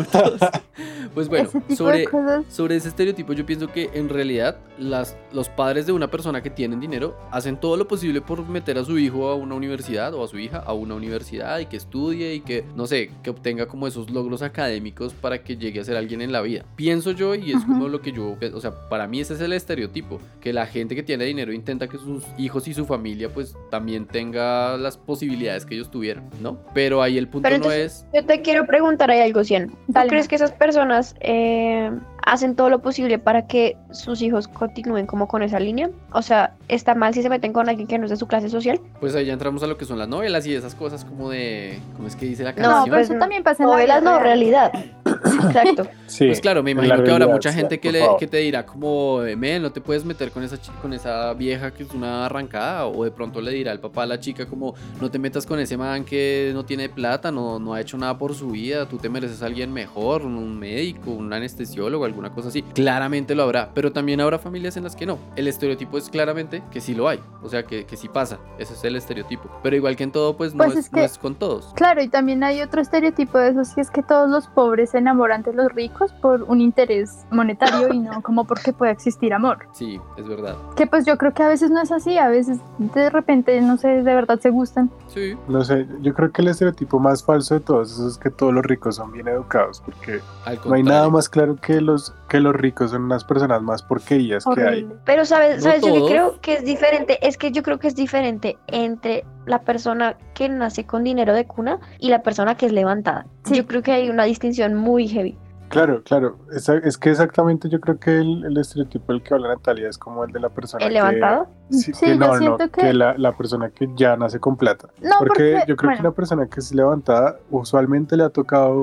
Pues bueno, Ese tipo de cosas. sobre ese estereotipo yo pienso que en realidad los padres de una persona que tienen dinero hacen todo lo posible por meter a su hijo a una universidad o a su hija a una universidad y que estudie y que, no sé, que obtenga como esos logros académicos para que llegue a ser alguien en la vida. Pienso yo y es como lo que yo, o sea, para mí ese es el estereotipo, que la gente que tiene dinero intenta que sus hijos y su familia pues también tenga las posibilidades que ellos tuvieron, ¿no? Pero ahí el punto Pero no entonces, es... yo te quiero preguntar ahí algo, Cian. ¿Tú Dale, crees ma. que esas personas hacen todo lo posible para que sus hijos continúen como con esa línea? O sea, ¿está mal si se meten con alguien que no es de su clase social? Pues ahí ya entramos a lo que son las novelas y esas cosas como de... ¿Cómo es que dice la No, canción? No, pero pues eso no. también pasa en la Novelas vida no, real. realidad. Exacto. Sí, Pues claro, me en la imagino que habrá realidad, mucha sí, gente por que favor. te dirá como, men, no te puedes meter con con esa vieja que es una arrancada, o de pronto le dirá el papá a la chica como, no te metas con ese man que no tiene plata, no ha hecho nada por su vida, tú te mereces a alguien mejor, un médico, un anestesiólogo, alguna cosa así. Claramente lo habrá, pero también habrá familias en las que no. El estereotipo es claramente que sí lo hay, o sea, que sí pasa, ese es el estereotipo. Pero igual que en todo, pues, Pues es no que- es con todos. Claro, y también hay otro estereotipo de eso, y es que todos los pobres se enamoran de los ricos por un interés monetario y no como porque pueda existir amor. Sí, es verdad. Que pues yo creo que a veces no es así, a veces de repente, no sé, de verdad se gustan. Sí. No sé, yo creo que el estereotipo más falso de todos esos es que todos los ricos son bien educados, porque Al no hay contrario. nada más claro que los ricos son unas personas más porquerías que hay. Horrible. Pero sabes, No yo que todos. creo que es diferente, es que yo creo que es diferente entre la persona que nace con dinero de cuna y la persona que es levantada. Sí. Yo creo que hay una distinción muy heavy. Claro, es que exactamente yo creo que el estereotipo del que habla Natalia es como el de la persona ¿El levantado? Sí, Sí, que yo no, siento que- que la persona que ya nace con plata. No, Porque yo creo que bueno, una persona que es levantada usualmente le ha tocado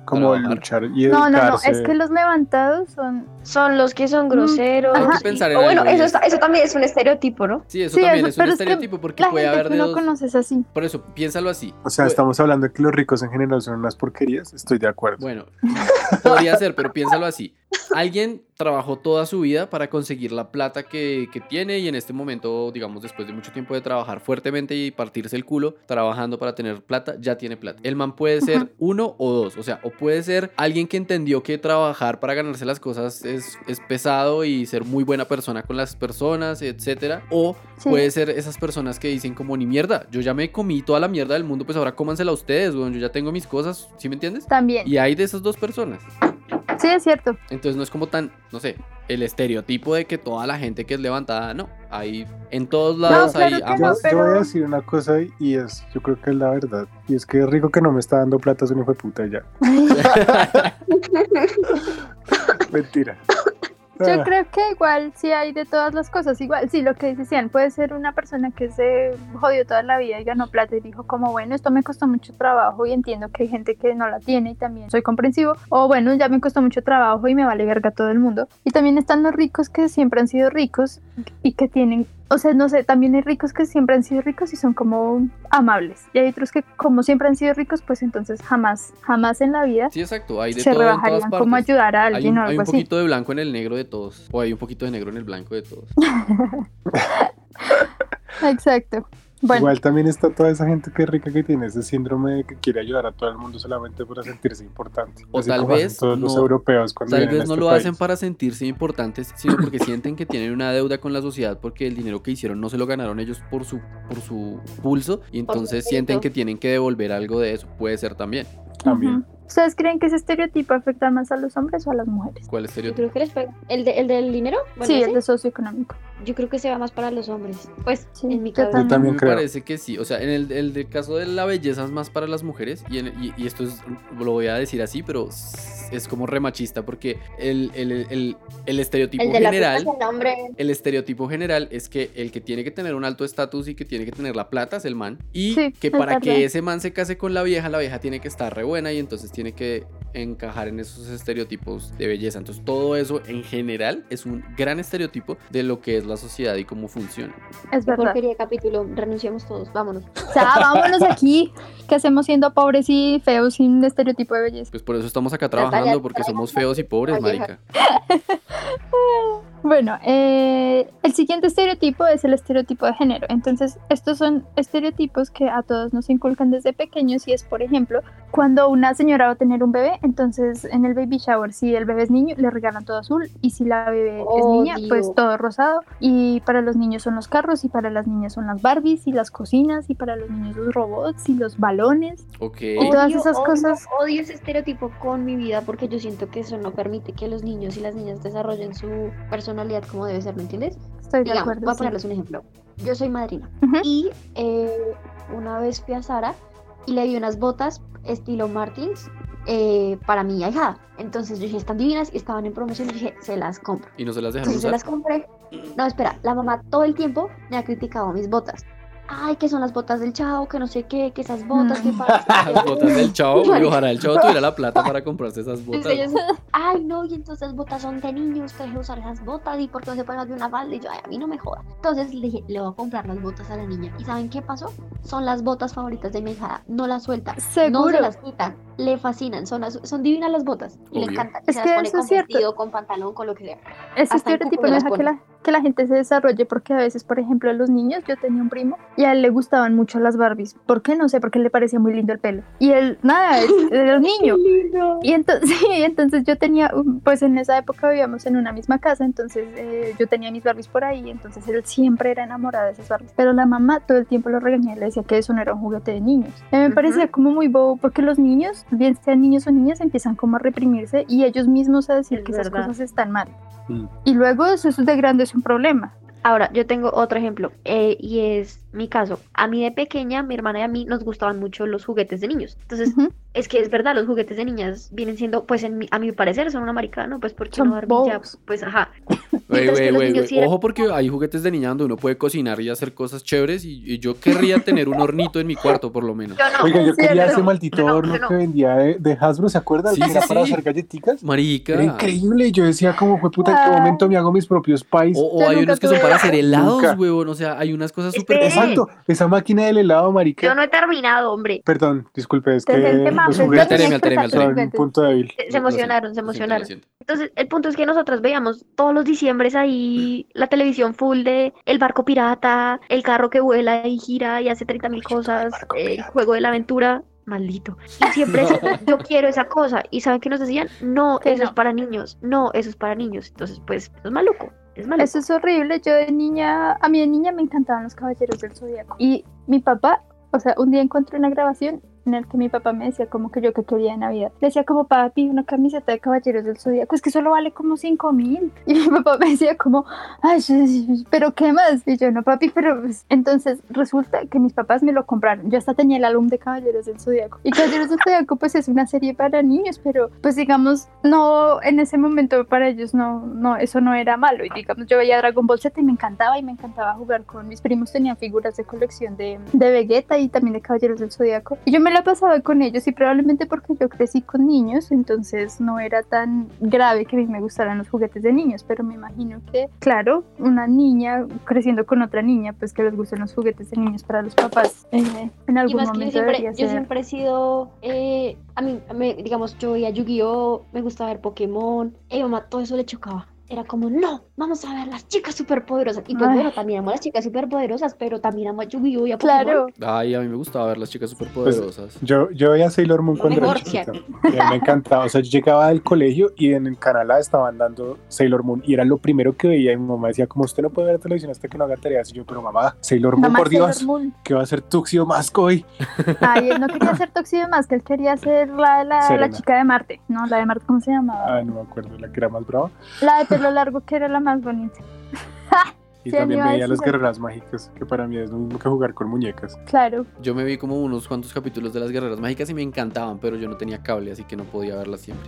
como trabajar. luchar y No, educarse. es que los levantados son... Los que son groseros. Hay que pensar en O bueno, algo, y eso también es un estereotipo, ¿no? Sí, eso Sí, también eso, es un pero es que estereotipo porque la puede gente haber que de uno dos. conoce es así. Por eso, piénsalo así. O sea, Pu- estamos hablando de que los ricos en general son unas porquerías. Estoy de acuerdo. Bueno, podría ser, pero piénsalo así. Alguien trabajó toda su vida para conseguir la plata que tiene y en este momento, digamos, después de mucho tiempo de trabajar fuertemente y partirse el culo, trabajando para tener plata, ya tiene plata. El man puede ser uno o dos, o sea, o puede ser alguien que entendió que trabajar para ganarse las cosas es pesado y ser muy buena persona con las personas, etcétera, o Sí. puede ser esas personas que dicen como ni mierda, yo ya me comí toda la mierda del mundo, pues ahora cómansela ustedes, weón, yo ya tengo mis cosas, ¿sí me entiendes? También. Y hay de esas dos personas. Sí, es cierto. Entonces no es como tan, no sé, el estereotipo de que toda la gente que es levantada, no. Hay en todos lados claro hay que ambas. no, pero- Yo voy a decir una cosa y es, yo creo que es la verdad. Y es que es rico que no me está dando plata, es un hijo de puta ya. Mentira. Yo Ah, creo que igual sí hay de todas las cosas. Igual, sí, lo que decían, puede ser una persona que se jodió toda la vida y ganó plata y dijo como, bueno, esto me costó mucho trabajo y entiendo que hay gente que no la tiene y también soy comprensivo. O bueno, ya me costó mucho trabajo y me vale verga todo el mundo. Y también están los ricos que siempre han sido ricos y que tienen... O sea, no sé, también hay ricos que siempre han sido ricos y son como amables. Y hay otros que como siempre han sido ricos, pues entonces jamás en la vida Sí, exacto, hay de se todo en todas rebajarían partes. como ayudar a alguien o Hay algo un así. poquito de blanco en el negro de todos. O hay un poquito de negro en el blanco de todos. Exacto. Bueno, Igual también está toda esa gente que es rica que tiene ese síndrome de que quiere ayudar a todo el mundo solamente para sentirse importante. O Así tal como hacen vez todos los no- europeos cuando Tal vienen a vez no este lo país. hacen para sentirse importantes, sino porque sienten que tienen una deuda con la sociedad porque el dinero que hicieron no se lo ganaron ellos por su pulso y entonces sienten mérito. que tienen que devolver algo de eso. Puede ser también. También. ujú. ¿Ustedes creen que ese estereotipo afecta más a los hombres o a las mujeres? ¿Cuál Yo estereotipo? creo que les pega. ¿El del dinero? Bueno, Sí, ese, el de socioeconómico. yo creo que se va más para los hombres. Pues, Sí, en mi yo cabeza. Yo también Me creo. parece que sí. O sea, en el del caso de la belleza es más para las mujeres. Y esto es, lo voy a decir así, pero es como remachista. Porque el estereotipo El de la general. puta, el hombre. El estereotipo general es que el que tiene que tener un alto estatus y que tiene que tener la plata es el man. Y Sí, que es para verdad. que ese man se case con la vieja tiene que estar re buena y entonces tiene que encajar en esos estereotipos de belleza. Entonces todo eso en general es un gran estereotipo de lo que es la sociedad y cómo funciona. Es Qué verdad. porquería de capítulo. Renunciamos todos. Vámonos. O sea, vámonos de aquí. ¿Qué hacemos siendo pobres y feos sin estereotipo de belleza? Pues por eso estamos acá Natalia, trabajando, porque somos feos y pobres, Oye, marica. Bueno, el siguiente estereotipo es el estereotipo de género. Entonces, estos son estereotipos que a todos nos inculcan desde pequeños y es, por ejemplo, cuando una señora va a tener un bebé, entonces en el baby shower, si el bebé es niño, le regalan todo azul y si la bebé es niña, Odio. pues todo rosado. Y para los niños son los carros y para las niñas son las Barbies y las cocinas y para los niños los robots y los balones. Ok. Y todas esas cosas. Odio ese estereotipo con mi vida porque yo siento que eso no permite que los niños y las niñas desarrollen su personalidad como debe ser, ¿me entiendes? Estoy de Digamos, acuerdo. voy a sí. ponerles un ejemplo. Yo soy madrina Ujú. y una vez fui a Zara y le di unas botas estilo Martins para mi ahijada. Entonces yo dije, están divinas y estaban en promoción y dije, se las compro. Y no se las dejaron Entonces se usar. las compré. No, espera, la mamá todo el tiempo me ha criticado mis botas. Ay, que son las botas del Chavo, que no sé qué, que esas botas que para... Las botas del chavo, y ojalá el chavo tuviera la plata para comprarse esas botas. Entonces, ay, no, y entonces las botas son de niños, que hay que usar esas botas y porque no se pueden hacer una falda. Y yo, ay, a mí no me joda. Entonces le dije, le voy a comprar las botas a la niña. ¿Y saben qué pasó? Son las botas favoritas de mi hija. No las suelta, no Seguro. se las quita, le fascinan, son divinas las botas. Y le Obvio. encantan. Y Es se que las pone eso con es cierto. vestido, con pantalón, con lo que sea. Ese Hasta en estereotipo cuco no se las deja que la gente se desarrolle porque a veces, por ejemplo, a los niños, yo tenía un primo y a él le gustaban mucho las Barbies. ¿Por qué? No sé, porque le parecía muy lindo el pelo. Y él, nada, era un niño. Y entonces, entonces yo tenía, pues en esa época vivíamos en una misma casa, entonces yo tenía mis Barbies por ahí, entonces él siempre era enamorado de esas Barbies. Pero la mamá todo el tiempo lo regañaba y le decía que eso no era un juguete de niños. A mí me Ujú. parecía como muy bobo porque los niños, bien sean niños o niñas, empiezan como a reprimirse y ellos mismos a decir Es que esas verdad. cosas están mal. Mm. Y luego eso de grande es un problema. Ahora, yo tengo otro ejemplo, y es mi caso. A mí de pequeña, mi hermana y a mí nos gustaban mucho los juguetes de niños. Entonces, Ujú. es que es verdad, los juguetes de niñas vienen siendo, pues a mi parecer, son una maricada, ¿no? Pues porque Son una barbilla, bobos. pues ajá. Güey, Mientras que los niños sí eran- Ojo porque hay juguetes de niña donde uno puede cocinar y hacer cosas chéveres y yo querría tener un hornito en mi cuarto por lo menos. Yo no, Oiga, yo Sí, quería pero- ese maldito yo no, horno yo no. que vendía de Hasbro, ¿se acuerdan? Sí, Que era sí, para sí. hacer galletitas. Marica. Era increíble. Yo decía, como fue puta, ¿en qué Ay. momento me hago mis propios pies? O Yo hay nunca unos que son tuve para eso. hacer helados, Nunca. huevón. O sea, hay unas cosas súper... Espere. Exacto, esa máquina del helado, marica. yo no he terminado, hombre. Perdón, disculpe, es Te que gente los más, juguetes Altereme, altereme, son altereme. un punto débil. Se emocionaron, se Lo siento, emocionaron. lo siento. Entonces, el punto es que nosotros veíamos todos los diciembres ahí la televisión full de el barco pirata, el carro que vuela y gira y hace 30.000 cosas, el juego de la aventura, maldito. Y siempre decían, yo quiero esa cosa. ¿Y saben qué nos decían? No, Que eso no. es para niños. No, eso es para niños. Entonces, pues, es maluco. Es maluco. Eso es horrible. Yo de niña, a mí de niña me encantaban los Caballeros del Zodíaco. Y mi papá, o sea, un día encontré una grabación en la que mi papá me decía como que yo que quería de Navidad. Le decía como, papi, una camiseta de Caballeros del Zodíaco, es que solo vale como 5.000. Y mi papá me decía como, ay, pero ¿qué más? Y yo, no, papi, pero pues... Entonces resulta que mis papás me lo compraron. Yo hasta tenía el álbum de Caballeros del Zodíaco. Y Caballeros del Zodíaco pues es una serie para niños, pero pues digamos, no, en ese momento para ellos no, eso no era malo. Y digamos, yo veía Dragon Ball Z y me encantaba jugar con mis primos, tenían figuras de colección de Vegeta y también de Caballeros del Zodíaco. Y yo me la pasaba con ellos y probablemente porque yo crecí con niños, entonces no era tan grave que a mí me gustaran los juguetes de niños, pero me imagino que, claro, una niña creciendo con otra niña, pues que les gusten los juguetes de niños para los papás, en Y algún más que momento debería yo ser. siempre he sido, digamos, yo veía Yu-Gi-Oh, me gustaba ver Pokémon, mamá, todo eso le chocaba. Era como, no, vamos a ver las chicas superpoderosas. Y pues Ay. bueno, también amo a las chicas superpoderosas, pero también amo a Yu-Gi-Oh y a Pokémon. Claro, Ay, a mí me gustaba ver las chicas superpoderosas. Yo veía Sailor Moon cuando era Mejor, chiquita. Y a mí me encantaba. O sea, yo llegaba del colegio y en el canal A estaban dando Sailor Moon y era lo primero que veía. Y mi mamá decía, como usted no puede ver televisión hasta que no haga tareas. Y yo, pero mamá, Sailor Moon, mamá por Sailor Dios, Moon. ¿qué va a ser Tuxio Masco hoy? Ay, él no quería ser Tuxedo más, que él quería ser la Serena. chica de Marte, ¿no? La de Marte, ¿cómo se llamaba? Ah, no me acuerdo, la que era más brava. La de pelo largo, que era la más bonita. Y Sí, también iba a veía las decir eso. guerreras mágicas, que para mí es lo mismo que jugar con muñecas. Claro. Yo me vi como unos cuantos capítulos de las Guerreras Mágicas y me encantaban, pero yo no tenía cable, así que no podía verlas siempre.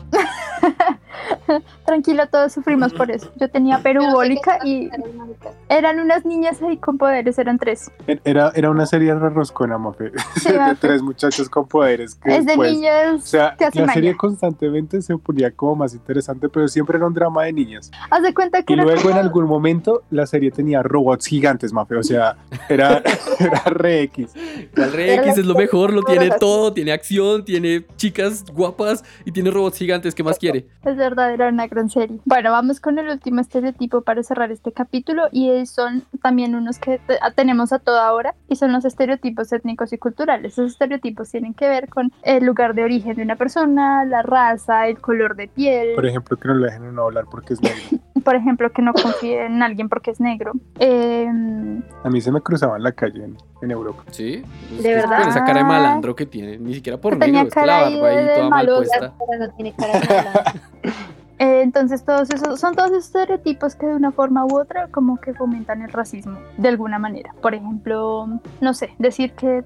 Tranquilo, todos sufrimos por eso. Yo tenía perubólica y eran unas niñas ahí con poderes, eran 3. Era una serie roscona, Mafe. Sí, de Mafe. 3 muchachos con poderes. Que Es de después, niñas o sea, que hacen la serie magia. constantemente se ponía como más interesante, pero siempre era un drama de niñas. Haz de cuenta que Y era luego en como- algún momento la serie tenía robots gigantes, Mafe. O sea, era re X. El Rey X es lo mejor, lo tiene todo, tiene acción, tiene chicas guapas y tiene robots gigantes, ¿qué más quiere? Es verdad, era una gran serie. Bueno, vamos con el último estereotipo para cerrar este capítulo y son también unos que tenemos a toda hora y son los estereotipos étnicos y culturales. Esos estereotipos tienen que ver con el lugar de origen de una persona, la raza, el color de piel, Por ejemplo, que no le dejen a uno hablar porque es negro. por ejemplo, que no confíe en alguien porque es negro. A mí se me cruzaba en la calle en Europa. ¿Sí? ¿De verdad? Con esa cara de malandro que tiene, ni siquiera por Tenía negro, es que la cara ahí barba ahí de toda mal malo. puesta. No tiene cara de mala. Entonces todos esos estereotipos que de una forma u otra como que fomentan el racismo de alguna manera. Por ejemplo, no sé, decir que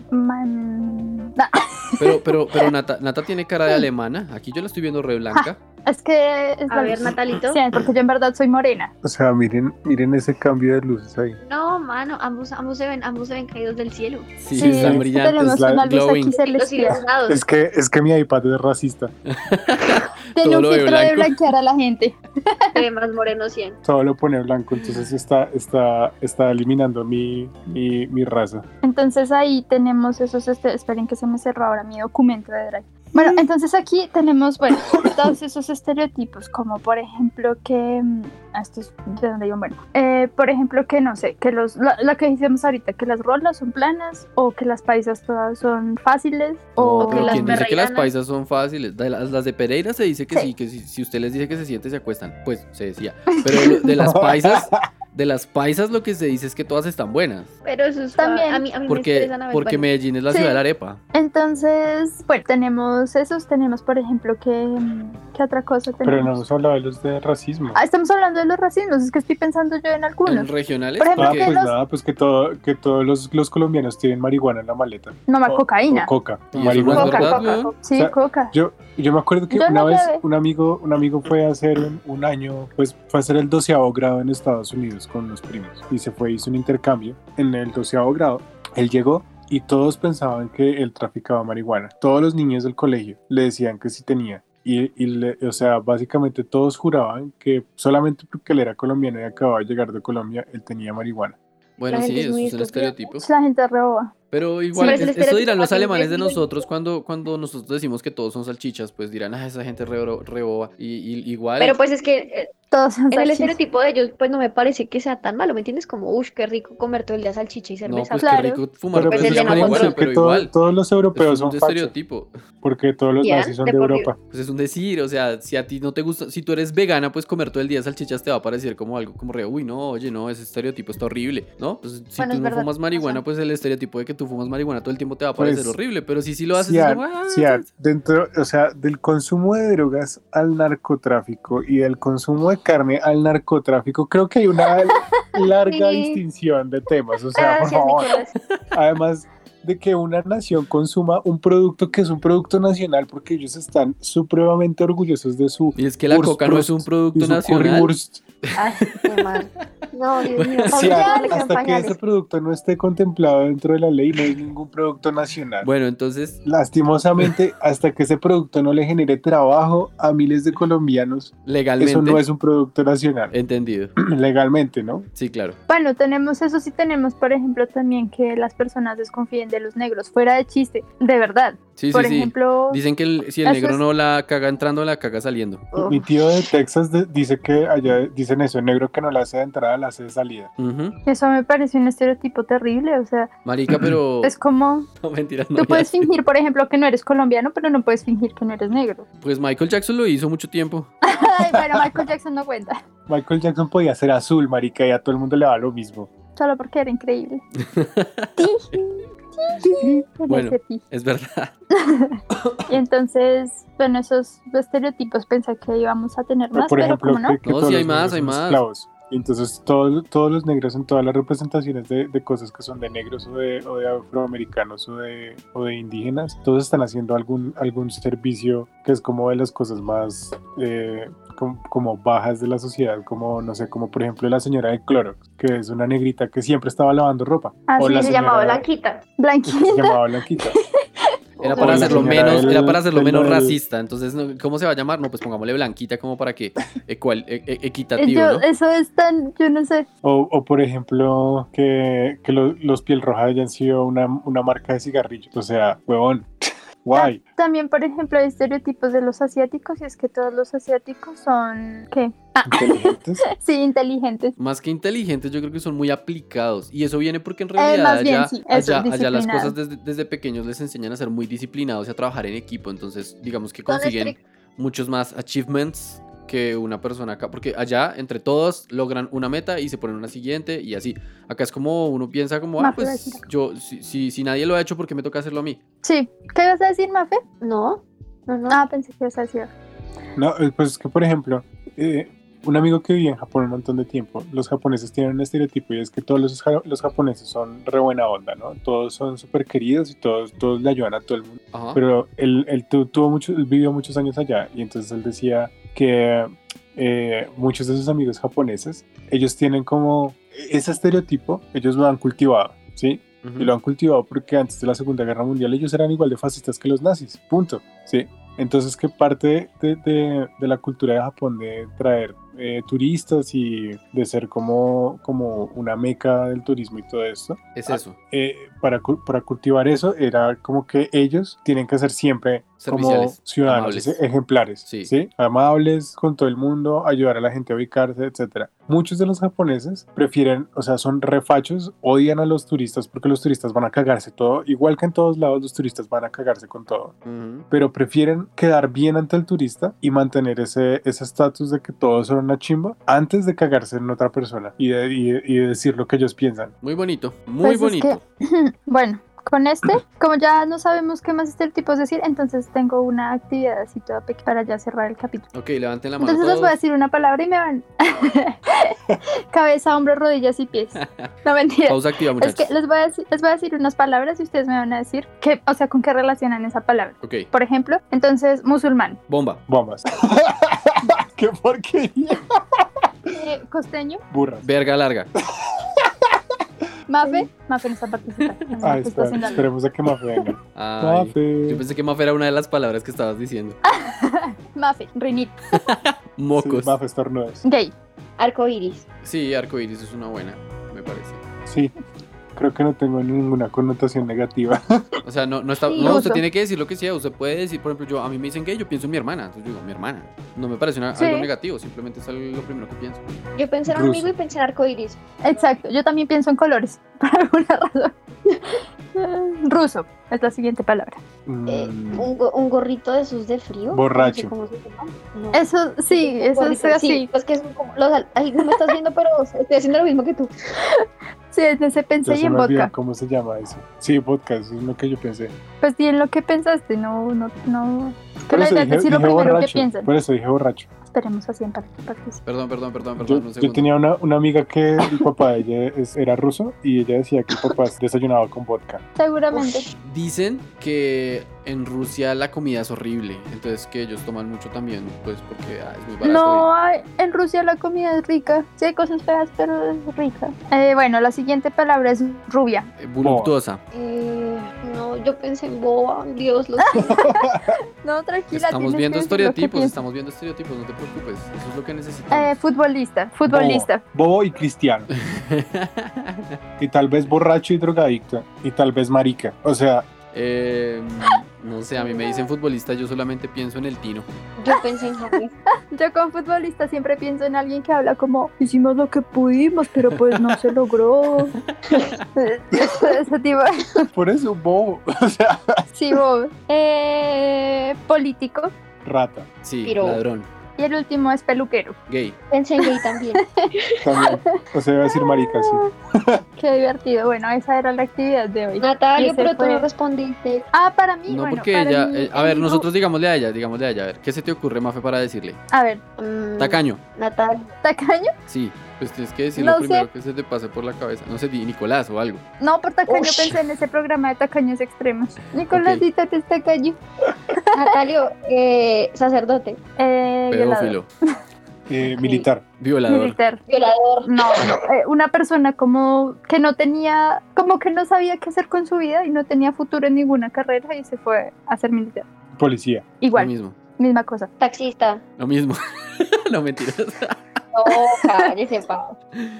Pero Nata tiene cara de alemana. Aquí yo la estoy viendo re blanca. es que es A la ver, luz. Natalito. Sí, porque yo en verdad soy morena. O sea, miren ese cambio de luces ahí. No, mano, ambos se ven caídos del cielo. Sí, Sí, están es que brillantes. tenemos la una luz glowing. aquí Los celestial. iluminados. Es que mi iPad es racista. Tiene Todo un lo de filtro de blanco. blanquear a la gente. Se ve más moreno 100. Todo lo pone blanco, entonces está eliminando mi raza. Entonces ahí tenemos esos, esperen que se me cerró ahora mi documento de Drive. Bueno, entonces aquí tenemos, bueno, todos esos estereotipos, como por ejemplo que, esto es de donde iban, bueno, por ejemplo que no sé, que la que decíamos ahorita, que las rolas son planas, o que las paisas todas son fáciles, o No, que pero las quien dice que las perreianas- paisas son fáciles. Las de Pereira se dice que Sí. sí, que si usted les dice que se siente, se acuestan. Pues se decía. Pero de las paisas, de las paisas lo que se dice es que todas están buenas. Pero eso es También. a mí me Porque, estresan a ver. porque bueno, Medellín es la Sí. ciudad de la arepa. Entonces, bueno, tenemos esos, tenemos por ejemplo ¿qué otra cosa tenemos? Pero no hemos hablado de los de racismo. Estamos hablando de los racismos, es que estoy pensando yo en En algunos. regionales. Por ejemplo, Ah, porque- que pues los- nada, pues que todos los colombianos tienen marihuana en la maleta. No, más O- cocaína. O coca. ¿Y eso no es Marihuana. Coca, verdad, coca, weón? coca. Sí, O sea, coca. Yo me acuerdo que Yo una no vez llevé. un amigo fue a hacer un año, pues fue a hacer el 12º grado en Estados Unidos con los primos y hizo un intercambio en el 12º grado. Él llegó y todos pensaban que él traficaba marihuana. Todos los niños del colegio le decían que sí tenía. O sea, básicamente todos juraban que solamente porque él era colombiano y acababa de llegar de Colombia, él tenía marihuana. Bueno, La sí, gente es eso muy es un estúpida. estereotipo. La gente roba. Pero igual, pero es el eso estereotipo dirán los más alemanes de imbécil. nosotros cuando nosotros decimos que todos son salchichas, pues dirán, esa gente re boba. Y igual, Pero pues es que Todos son en el salchichas. estereotipo de ellos, pues no me parece que sea tan malo, ¿me entiendes? Como, uff, qué rico comer todo el día salchicha y no, cerveza. pues Claro. qué rico fumar Pero pues pues, el de marihuana, nosotros, pero que igual. todos los europeos Es un son fachos, estereotipo. porque todos los Ya, nazis son de de por Europa. Pues es un decir, o sea, si a ti no te gusta, si tú eres vegana, pues comer todo el día salchichas te va a parecer como algo como re, uy, no, oye, no, ese estereotipo está horrible, ¿no? Pues si Bueno, tú es no verdad, fumas marihuana, razón. pues el estereotipo de que tú fumas marihuana todo el tiempo te va a parecer Pues, horrible, pero si lo haces, Sí, es como, dentro, o sea, del consumo de drogas al narcotráfico y del consumo de carne al narcotráfico, creo que hay una larga Sí. distinción de temas. O sea, por Gracias, favor, Nicolás. además de que una nación consuma un producto que es un producto nacional porque ellos están supremamente orgullosos de su Y es que la coca no es un Wurst producto y su nacional. currywurst. Ay, qué mal. No, Dios mío. Sí, Pablo, le quedan hasta que pañales. ese producto no esté contemplado dentro de la ley, no es ningún producto nacional. Bueno, entonces, Lastimosamente, hasta que ese producto no le genere trabajo a miles de colombianos, legalmente, eso no es un producto nacional. entendido. Legalmente, ¿no? Sí, claro. Bueno, tenemos eso, sí tenemos, por ejemplo, también que las personas desconfíen de los negros, fuera de chiste, de verdad. Sí, Por sí, sí. ejemplo, Dicen que si el eso negro es- no la caga entrando, la caga saliendo. Uf. Mi tío de Texas dice que allá dicen eso, el negro que no la hace de entrada, la hace de salida. Ujú. eso me parece un estereotipo terrible, o sea, Marica, pero... es como, No, mentiras, no. tú ya puedes sé. fingir, por ejemplo, que no eres colombiano, pero no puedes fingir que no eres negro. Pues Michael Jackson lo hizo mucho tiempo. Ay, bueno, Michael Jackson no cuenta, Michael Jackson podía ser azul, marica, y a todo el mundo le da lo mismo. solo porque era increíble. Bueno. Es verdad. Y entonces, bueno, esos estereotipos pensé que íbamos a tener más, Por pero ejemplo, como no. que No, todos sí, hay los más, negros hay son más. esclavos. Y entonces todos los negros en todas las representaciones de cosas que son de negros o de afroamericanos o de indígenas, todos están haciendo algún servicio que es como de las cosas más como bajas de la sociedad, como no sé, como por ejemplo la señora de Clorox, que es una negrita que siempre estaba lavando ropa. Ah, o sí, la Se señora llamaba Blanquita. que se Blanquita. llamaba Blanquita. Era O para la hacerlo señora menos, del- era para hacerlo del- menos del- racista. Entonces, ¿cómo se va a llamar? No, pues pongámosle blanquita como para que equitativo, ¿no? Eso es tan, yo no sé. O por ejemplo, que los piel roja hayan sido una marca de cigarrillos. O sea, huevón, guay. También, por ejemplo, hay estereotipos de los asiáticos y es que todos los asiáticos son, ¿qué? Inteligentes. Sí, inteligentes. Más que inteligentes, yo creo que son muy aplicados. Y eso viene porque en realidad más bien, sí, eso, allá las disciplinados. cosas desde pequeños les enseñan a ser muy disciplinados y a trabajar en equipo. Entonces, digamos que Son consiguen muchos más achievements que una persona acá. Porque allá, entre todos, logran una meta y se ponen una siguiente y así. Acá es como uno piensa como, Mafe, pues yo, si nadie lo ha hecho, ¿por qué me toca hacerlo a mí? Sí. ¿Qué ibas a decir, Mafe? No, no. Ah, pensé que ibas a decir. No, pues es que, por ejemplo, un amigo que vivía en Japón un montón de tiempo, los japoneses tienen un estereotipo y es que todos los japoneses son re buena onda, ¿no? Todos son súper queridos y todos le ayudan a todo el mundo. Ajá. Pero él vivió muchos años allá y entonces él decía que muchos de sus amigos japoneses, ellos tienen como ese estereotipo, ellos lo han cultivado, ¿sí? Ujú. Y lo han cultivado porque antes de la Segunda Guerra Mundial ellos eran igual de fascistas que los nazis, punto, ¿sí? Entonces que parte de la cultura de Japón de traer turistas y de ser como una meca del turismo y todo esto, Es eso. para cultivar eso era como que ellos tienen que ser siempre como Serviciales, ciudadanos amables. ejemplares, Sí. ¿sí? Amables con todo el mundo, ayudar a la gente a ubicarse, etcétera. Muchos de los japoneses prefieren, o sea, son refachos, odian a los turistas porque los turistas van a cagarse todo, igual que en todos lados los turistas van a cagarse con todo, Ujú. pero prefieren quedar bien ante el turista y mantener ese estatus de que todos son son una chimba antes de cagarse en otra persona y de decir lo que ellos piensan. Muy bonito, muy Pues es bonito. que, bueno, con como ya no sabemos qué más estereotipos decir, entonces tengo una actividad así toda pequeña para ya cerrar el capítulo. Ok, levanten la mano Entonces les todos. voy a decir una palabra y me van cabeza, hombros, rodillas y pies. No, mentira. Pausa activa, Es muchachos. que les voy a decir unas palabras y ustedes me van a decir qué, o sea, con qué relacionan esa palabra. Ok, Por ejemplo, entonces, musulmán, bomba. Bombas. ¡Qué porquería! costeño, Burras. Verga larga. mafe no está participando. Ah, Mafe está haciendo algo. esperemos a que Mafe venga. Ay, Mafe. yo pensé que Mafe era una de las palabras que estabas diciendo. Mafe, rinit, Mocos. Sí, Mafe estornudos. gay, Arcoiris. Sí, arcoiris es una buena, me parece. Sí, creo que no tengo ninguna connotación negativa. O sea, no está. Sí, No, usted uso. tiene que decir lo que sea. Usted puede decir, por ejemplo, a mí me dicen gay, yo pienso en mi hermana. Entonces yo digo, mi hermana. No me parece Sí. algo negativo, simplemente es lo primero que pienso. Yo pensé en un Ruso. amigo y pensé en arcoiris. exacto. Yo también pienso en colores, por alguna razón. Ruso es la siguiente palabra. Un gorrito de esos de frío. Borracho. No sé cómo se llama. No. Eso, sí, Un eso es gorrito, así. Sí, pues que es como ahí no me estás viendo, pero estoy haciendo lo mismo que tú. Sí, en ese pensé Ya y se en me olvidó vodka. cómo se llama eso. Sí, vodka, eso es lo que yo pensé. Pues di en lo que pensaste, no. Por Pero la eso idea es dije, decir lo dije primero que borracho. piensan. Por eso dije borracho. Esperemos así en participación. Perdón, Yo, un segundo. tenía una amiga que el papá de ella era ruso y ella decía que el papá desayunaba con vodka. Seguramente. Dicen que en Rusia la comida es horrible, entonces que ellos toman mucho también, pues porque es muy barato. No, en Rusia la comida es rica. Sí hay cosas feas, pero es rica. Bueno, la siguiente palabra es rubia. Voluptuosa. No, yo pensé en boba. Dios, lo siento. No, tranquila. Estamos tienes viendo que decir lo que estereotipos, piensas. estamos viendo estereotipos, no te preocupes, eso es lo que necesitamos. Futbolista. Bobo y cristiano. Y tal vez borracho y drogadicto. Y tal vez marica. O sea, No sé, a mí me dicen futbolista, yo solamente pienso en el Tino. Yo pensé en Harry. Yo con futbolista siempre pienso en alguien que habla como hicimos lo que pudimos, pero pues no se logró. Ese tipo. por eso bobo. O sea, Sí, Bob. Político. rata. Sí, Piro. ladrón, Y el último es peluquero. gay. Pensé en gay también. También. O sea, iba a decir marica, sí. Qué divertido. Bueno, esa era la actividad de hoy. Natalia, Ese pero tú fue- no respondiste. Ah, para mí, No, bueno, porque para ella, mí, a ver, el nosotros digámosle a ella, a ver, ¿qué se te ocurre, Mafe, para decirle? A ver, Tacaño, Natalia. tacaño. sí, pues tienes que decir No lo sé. primero que se te pase por la cabeza, no sé, di Nicolás o algo. No, por tacaño Ush. pensé en ese programa de tacaños extremos. Nicolásita, que es tacaño. Natalia, sacerdote. Violador. Pedófilo, Militar. violador. Militar. Violador. No, una persona como que no tenía, como que no sabía qué hacer con su vida y no tenía futuro en ninguna carrera y se fue a ser militar. Policía. Igual, Lo mismo, misma cosa. Taxista. lo mismo. No, mentiras. No, cállese, pa.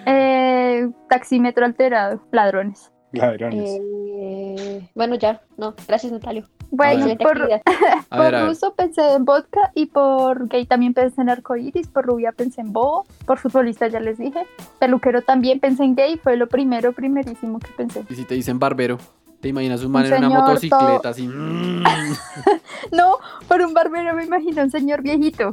Taxímetro alterado, ladrones. Ladrones. Bueno, ya. No, gracias, Natalia. Bueno, Excelente por, actividad. A por ver, a ver. ruso pensé en vodka y por gay también pensé en arcoíris, por rubia pensé en bobo, por futbolista ya les dije, peluquero también pensé en gay, fue lo primerísimo que pensé. Y si te dicen barbero, ¿te imaginas un man en una señor motocicleta así? No, por un barbero me imagino un señor viejito.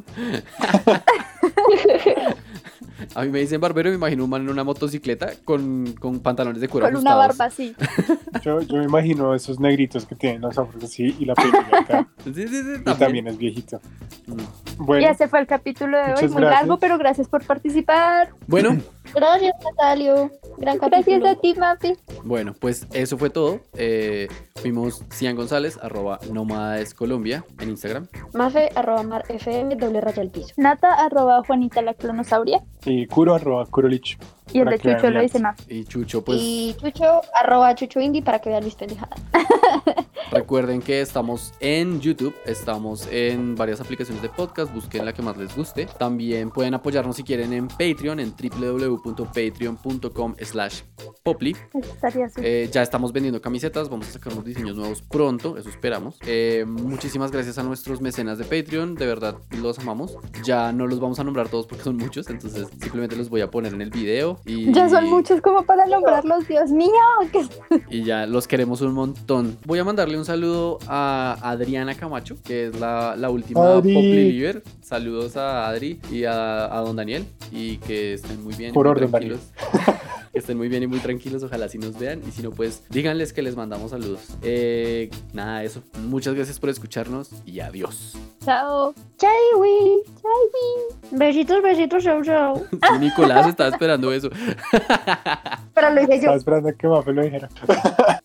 A mí me dicen barbero y me imagino un man en una motocicleta con pantalones de cuero Con una ajustados. barba así. Yo me imagino esos negritos que tienen los afros así y la peluca acá. Sí, Y también es viejito. Mm. Y Bueno, ese fue el capítulo de hoy, muchas muy gracias. largo, pero gracias por participar. Bueno, Gracias, Natalia. Gran Gracias capítulo. a ti, Mapi. bueno, pues eso fue todo. Fuimos Cian González, @nómadescolombia en Instagram. Mafe, @marfm, _al_piso. Nata, @Juanita la clonosauria. y Kuro, @Kurolich. Y el Para de que Chucho lo vean. dice Mapi. Y Chucho, pues Y Chucho, @chuchoindie para que vean mis pendejadas. recuerden que estamos en YouTube, estamos en varias aplicaciones de podcast, busquen la que más les guste. También pueden apoyarnos si quieren en Patreon, en www.patreon.com/, Poply. Estaría súper. Ya estamos vendiendo camisetas, vamos a sacar unos diseños nuevos pronto, eso esperamos. Muchísimas gracias a nuestros mecenas de Patreon, de verdad los amamos. Ya no los vamos a nombrar todos porque son muchos, entonces simplemente los voy a poner en el video. Y Ya son muchos como para nombrarlos, Dios mío. y ya los queremos un montón. Voy a mandarle un saludo a Adriana Camacho, que es la última Adri. Poply Liver. Saludos a Adri y a don Daniel, y que estén muy bien y Por muy orden, tranquilos. Que estén muy bien y muy tranquilos, ojalá si nos vean, y si no, pues díganles que les mandamos saludos. Nada, eso. Muchas gracias por escucharnos y adiós. Chao. Chaiwi. Besitos, besitos, chau, chau. Sí, Nicolás estaba esperando eso. Pero lo dije yo. Estaba esperando a que Mafe lo dijera.